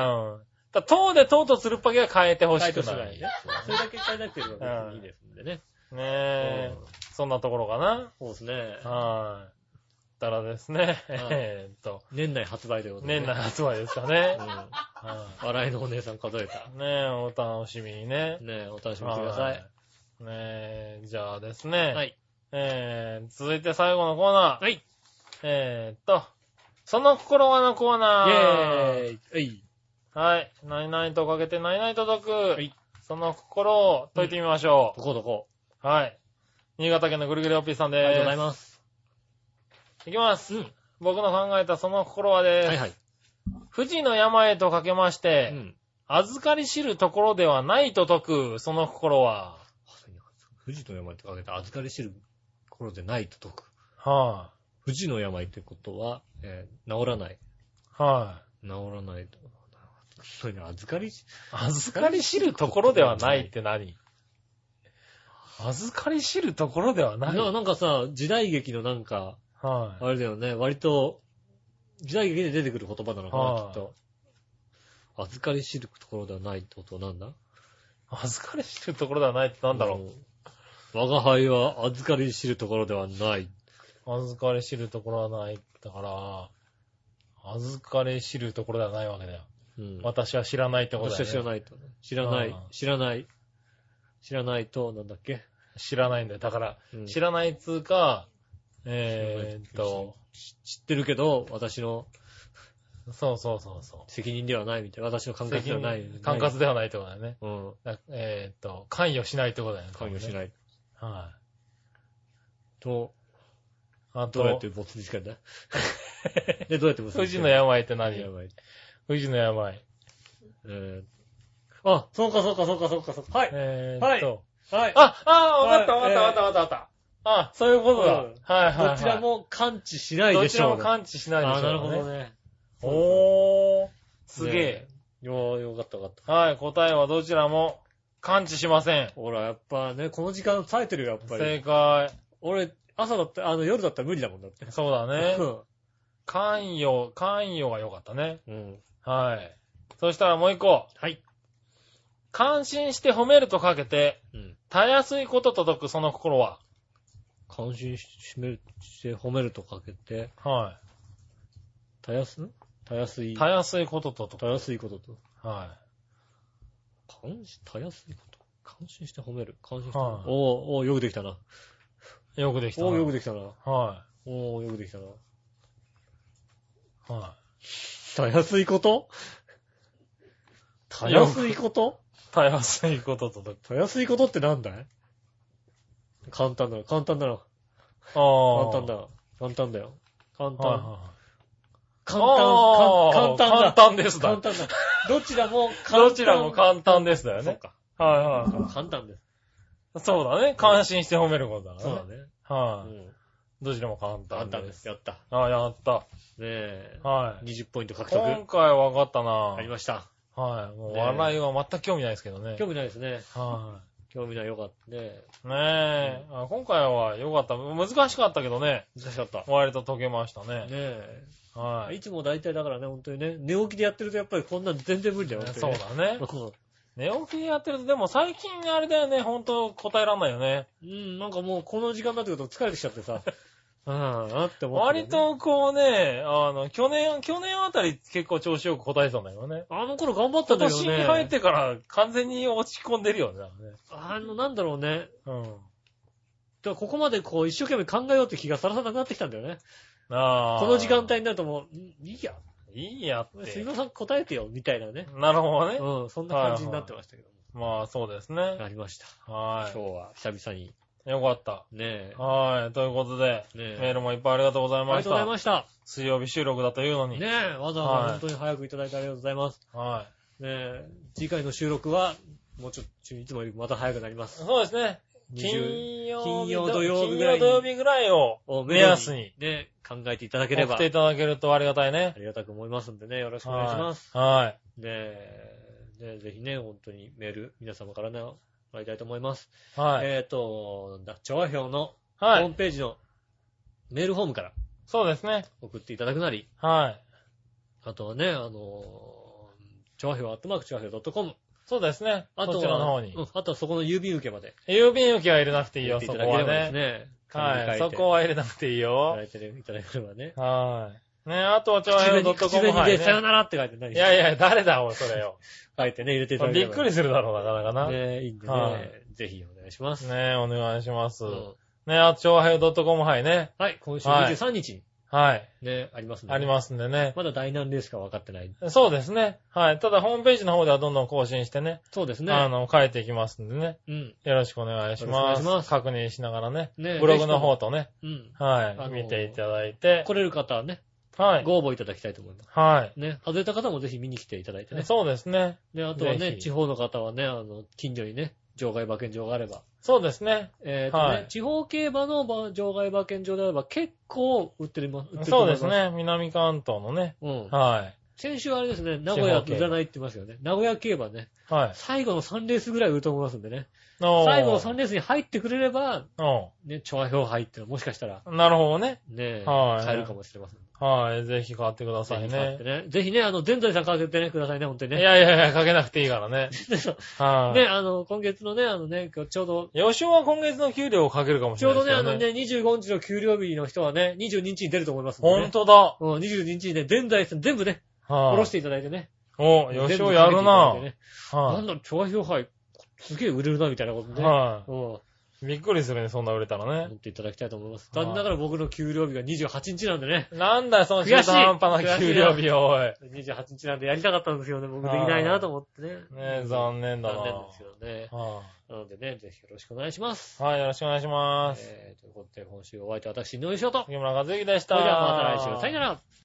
Speaker 3: だとうでとうとつるっぱげは変えてほしくない。
Speaker 2: 変えてほしくないね。それだけ変えなくても別にいいですんでね。
Speaker 3: ねえ。そんなところかな。
Speaker 2: そうですね。
Speaker 3: はい。たらですね。えーっと。
Speaker 2: 年内発売ということで。
Speaker 3: 年内発売ですかね。
Speaker 2: 笑いのお姉さん数えた。
Speaker 3: ねえ、お楽しみにね。
Speaker 2: ねえ、お楽しみにしてください。
Speaker 3: ねえ、じゃあですね。
Speaker 2: はい。
Speaker 3: えー、続いて最後のコーナー。
Speaker 2: はい。
Speaker 3: えーっと、その心はのコーナー。
Speaker 2: イェーイ。はい。
Speaker 3: はい。何々とかけて何々と解く。はい。その心を解いてみましょう。
Speaker 2: どこどこ。
Speaker 3: はい。新潟県のぐるぐるおっぴーさんです。
Speaker 2: ありがとうございます。
Speaker 3: いきます。うん。僕の考えたその心はです。はいはい。富士の山へとかけまして、うん、預かり知るところではないと解く、その心は。
Speaker 2: 富士の山へとかけて預かり知るところでないと解く。
Speaker 3: はあ。
Speaker 2: 富士の山ってことは、えー、治らない。
Speaker 3: はい、
Speaker 2: あ。治らないと。それに預かり、
Speaker 3: 預かり知るところではないって何？預かり知るところではない。
Speaker 2: なんかさ、時代劇のなんか、はい、あれだよね、割と、時代劇で出てくる言葉なのかな、はい、きっと。預かり知るところではないってことはなんだ？
Speaker 3: 預かり知るところではないってなんだろ
Speaker 2: う。我が輩は預かり知るところではない。
Speaker 3: 預かり知るところはない。だから、預かり知るところではないわけだよ。うん、私は知らないってことだよね。
Speaker 2: 私は知らないと。知らない。知らない。知らないと、なんだっけ？
Speaker 3: 知らないんだよ。だから、うん、知らないつうか、えーっと、
Speaker 2: 知ってるけど、私の、
Speaker 3: そうそうそうそう。
Speaker 2: 責任ではないみたいな。私の管轄ではない。
Speaker 3: 管轄ではないってことだよね。
Speaker 2: うん。
Speaker 3: えーっと、関与しないってことだよね。
Speaker 2: 関与しない。
Speaker 3: はい。
Speaker 2: と、
Speaker 3: あと、
Speaker 2: どうやって没にしたんだで、どうやって没にしたんだ
Speaker 3: 富士の病って何？富士の病。
Speaker 2: えー、あ、そうかそうかそうかそうかそうか。はい。
Speaker 3: えーっと。
Speaker 2: はい。
Speaker 3: あ、あ、わかったわかったわかったわかった。あ、そういうことだ。はいはいはい。
Speaker 2: どちらも感知しないでしょう。
Speaker 3: どちらも感知しないでしょう。
Speaker 2: あ、なるほどね。
Speaker 3: おー。すげえ。
Speaker 2: よー、よかったよかった。
Speaker 3: はい、答えはどちらも感知しません。
Speaker 2: ほら、やっぱね、この時間冴えてるよ、やっぱり。
Speaker 3: 正解。
Speaker 2: 俺、朝だった、あの、夜だったら無理だもんだって。
Speaker 3: そうだね。関与、関与が良かったね。
Speaker 2: うん。
Speaker 3: はい。そしたらもう一個。
Speaker 2: はい。
Speaker 3: 感心して褒めるとかけて、うん、たやすいことと解くその心は。
Speaker 2: 感心して褒めるとかけて、
Speaker 3: はい。
Speaker 2: たやすたやすい。
Speaker 3: たやすいことと解く。
Speaker 2: たやすいことと。
Speaker 3: はい。
Speaker 2: 感心、たやすいこと。感心して褒める。感心して褒める。はい、おー、おー、よくできたな。
Speaker 3: よくできたな。
Speaker 2: おー、よくできたな。
Speaker 3: はい。
Speaker 2: おー、よくできたな。
Speaker 3: はい。
Speaker 2: たやすいことたやすいこと
Speaker 3: たやすいこととだ。
Speaker 2: たやすいことってなんだい？簡単だよ。簡単だよ。
Speaker 3: ああ。
Speaker 2: 簡単だよ。簡単だよ。簡単。
Speaker 3: はいはい、
Speaker 2: 簡単、簡単だ。
Speaker 3: 簡単ですだ。
Speaker 2: 簡単だ。どちらも
Speaker 3: 簡単。どちらも簡単ですだよね。そうか。はいはい。
Speaker 2: 簡単です。
Speaker 3: そうだね。感心して褒めることだからね。
Speaker 2: そうだね。
Speaker 3: はい、うん。どちらも簡単です。
Speaker 2: 簡単です。やった。
Speaker 3: ああ、やった。ね
Speaker 2: え。
Speaker 3: はい。
Speaker 2: にじゅうポイント獲得。
Speaker 3: 今回は分かったな。
Speaker 2: ありました。
Speaker 3: はい。もう笑いは全く興味ないですけどね。
Speaker 2: 興味ないですね。
Speaker 3: はい。
Speaker 2: 興味ないよかったね。ね
Speaker 3: え、うん、あ。今回は良かった。難しかったけどね。
Speaker 2: 難しかった。
Speaker 3: 割と解けましたね。
Speaker 2: ねえ。
Speaker 3: はい。
Speaker 2: いつも大体だからね、本当にね、寝起きでやってるとやっぱりこんなの全然無理だよね。
Speaker 3: そうだね。寝起きでやってると、でも最近あれだよね、ほんと答えらんないよね。
Speaker 2: うん、なんかもうこの時間になってくると疲れてきちゃってさ。うん、あって思って、ね。
Speaker 3: 割とこうね、あの、去年、去年あたり結構調子よく答えてたんだよね。
Speaker 2: あの頃頑張ったんだよね。
Speaker 3: 今年に入ってから完全に落ち込んでるよね。
Speaker 2: あの、なんだろうね。
Speaker 3: うん。
Speaker 2: だからここまでこう一生懸命考えようって気がさらさなくなってきたんだよね。
Speaker 3: ああ。
Speaker 2: この時間帯になるともう、いいや。
Speaker 3: いいやって。
Speaker 2: 杉野さん答えてよ、みたいなね。
Speaker 3: なるほどね。
Speaker 2: うん、そんな感じになってましたけども。
Speaker 3: はいはい、まあそうですね。
Speaker 2: なりました。
Speaker 3: はい。
Speaker 2: 今日は久々に。
Speaker 3: よかった。
Speaker 2: ねえ。
Speaker 3: はい。ということで、ね、メールもいっぱいありがとうございました。
Speaker 2: ありがとうございました。
Speaker 3: 水曜日収録だというのに。
Speaker 2: ねえ、わざわざ本当に早くいただいてありがとうございます。
Speaker 3: はい。
Speaker 2: ねえ、次回の収録は、もうちょっと、いつもよりまた早くなります。
Speaker 3: そうですね。金曜日、
Speaker 2: 金曜土曜日ぐらい。
Speaker 3: 金曜土曜日ぐらいを目安に。
Speaker 2: ね、考えていただければ。
Speaker 3: 送っていただけるとありがたいね。
Speaker 2: ありがたく思いますんでね、よろしくお願いします。
Speaker 3: はい。
Speaker 2: ねえ、ねぜひね、本当にメール、皆様からね、もらいたいと思います。
Speaker 3: はい。
Speaker 2: えっと、ダッチョア表のホームページのメールフォームから。
Speaker 3: そうですね。
Speaker 2: 送っていただくなり。
Speaker 3: はい。
Speaker 2: あとはね、あの、チョア表アットマークチョア表 .com。
Speaker 3: そうですね。あとは、こちらの方に。
Speaker 2: うん、あとはそこの郵便受けまで。
Speaker 3: 郵便受けは入れなくていいよ、そこはね。
Speaker 2: ね
Speaker 3: はい。そこは入れなくていいよ。
Speaker 2: いただければね。
Speaker 3: はい。ね、あとはチョア表 .com。
Speaker 2: 口紅でさよならって書いてない。
Speaker 3: いやいや、誰だ、おい、それよ。
Speaker 2: 書いてね、入れていただければ。
Speaker 3: びっくりするだろう、なかなかな。
Speaker 2: ねいいんでね。ぜひお願いします。
Speaker 3: ねお願いします。ねあと、チョア表 .com はいね。
Speaker 2: はい、今週にじゅうさんにちに。
Speaker 3: はい。
Speaker 2: ね、ありますね。
Speaker 3: ありますんでね。
Speaker 2: まだ第何レースか分かってない。
Speaker 3: そうですね。はい。ただ、ホームページの方ではどんどん更新してね。
Speaker 2: そうですね。
Speaker 3: あの、書いていきますんでね。
Speaker 2: うん。
Speaker 3: よろしくお願いします。お願いします。確認しながらね。
Speaker 2: ね。
Speaker 3: ブログの方とね。
Speaker 2: うん。
Speaker 3: はい。見ていただいて。
Speaker 2: 来れる方はね。
Speaker 3: はい。
Speaker 2: ご応募いただきたいと思います。
Speaker 3: はい。
Speaker 2: ね。外れた方もぜひ見に来ていただいてね。
Speaker 3: そうですね。
Speaker 2: で、あとはね、地方の方はね、あの、近所にね、場外馬券場があれば。
Speaker 3: そうですね。
Speaker 2: えっとね、はい、地方競馬の場外馬券場であれば結構売ってる、売ってる
Speaker 3: そうですね。南関東のね。
Speaker 2: うん。
Speaker 3: はい。
Speaker 2: 先週あれですね、名古屋売らないって言いますよね。名古屋競馬ね。
Speaker 3: はい。
Speaker 2: 最後のさんレースぐらい売ると思いますんでね。最後のさんレースに入ってくれれば、ね、調和表入ってるもしかしたら。
Speaker 3: なるほどね。
Speaker 2: ね、はい。買えるかもしれません。
Speaker 3: はい。ぜひ買ってくださいね。
Speaker 2: ねぜひね、あの、全財産かけてね、くださいね、本当にね。
Speaker 3: いやいやいや、かけなくていいからね。
Speaker 2: はい。ね、あの、今月のね、あのね、ちょうど。
Speaker 3: 吉尾は今月の給料をかけるかもしれないですね。
Speaker 2: ちょうどね、あのね、にじゅうごにちの給料日の人はね、にじゅうににちに出ると思いますんでね。
Speaker 3: ほんとだ。
Speaker 2: うん、にじゅうににちにね、全財産全部ね、下ろしていただいてね。
Speaker 3: お、吉尾やるな。
Speaker 2: なんだろ、調和表杯、すげえ売れるな、みたいなことね。
Speaker 3: はい。びっくりするね、そんな売れたらね。
Speaker 2: 持っていただきたいと思います。残念ながら僕の給料日がにじゅうはちにちなんでね。
Speaker 3: なんだよ、その中途半端な給料日を、おい。
Speaker 2: にじゅうはちにちなんでやりたかったんですよね。僕できないなと思ってね。
Speaker 3: ね残念だな。
Speaker 2: 残念ですよね。なのでね、ぜひよろしくお願いします。
Speaker 3: はい、よろしくお願いします。
Speaker 2: えー、ということで、今週お相手は私、井上翔と。
Speaker 3: 杉村和之でした。
Speaker 2: それではまた来週。さよなら。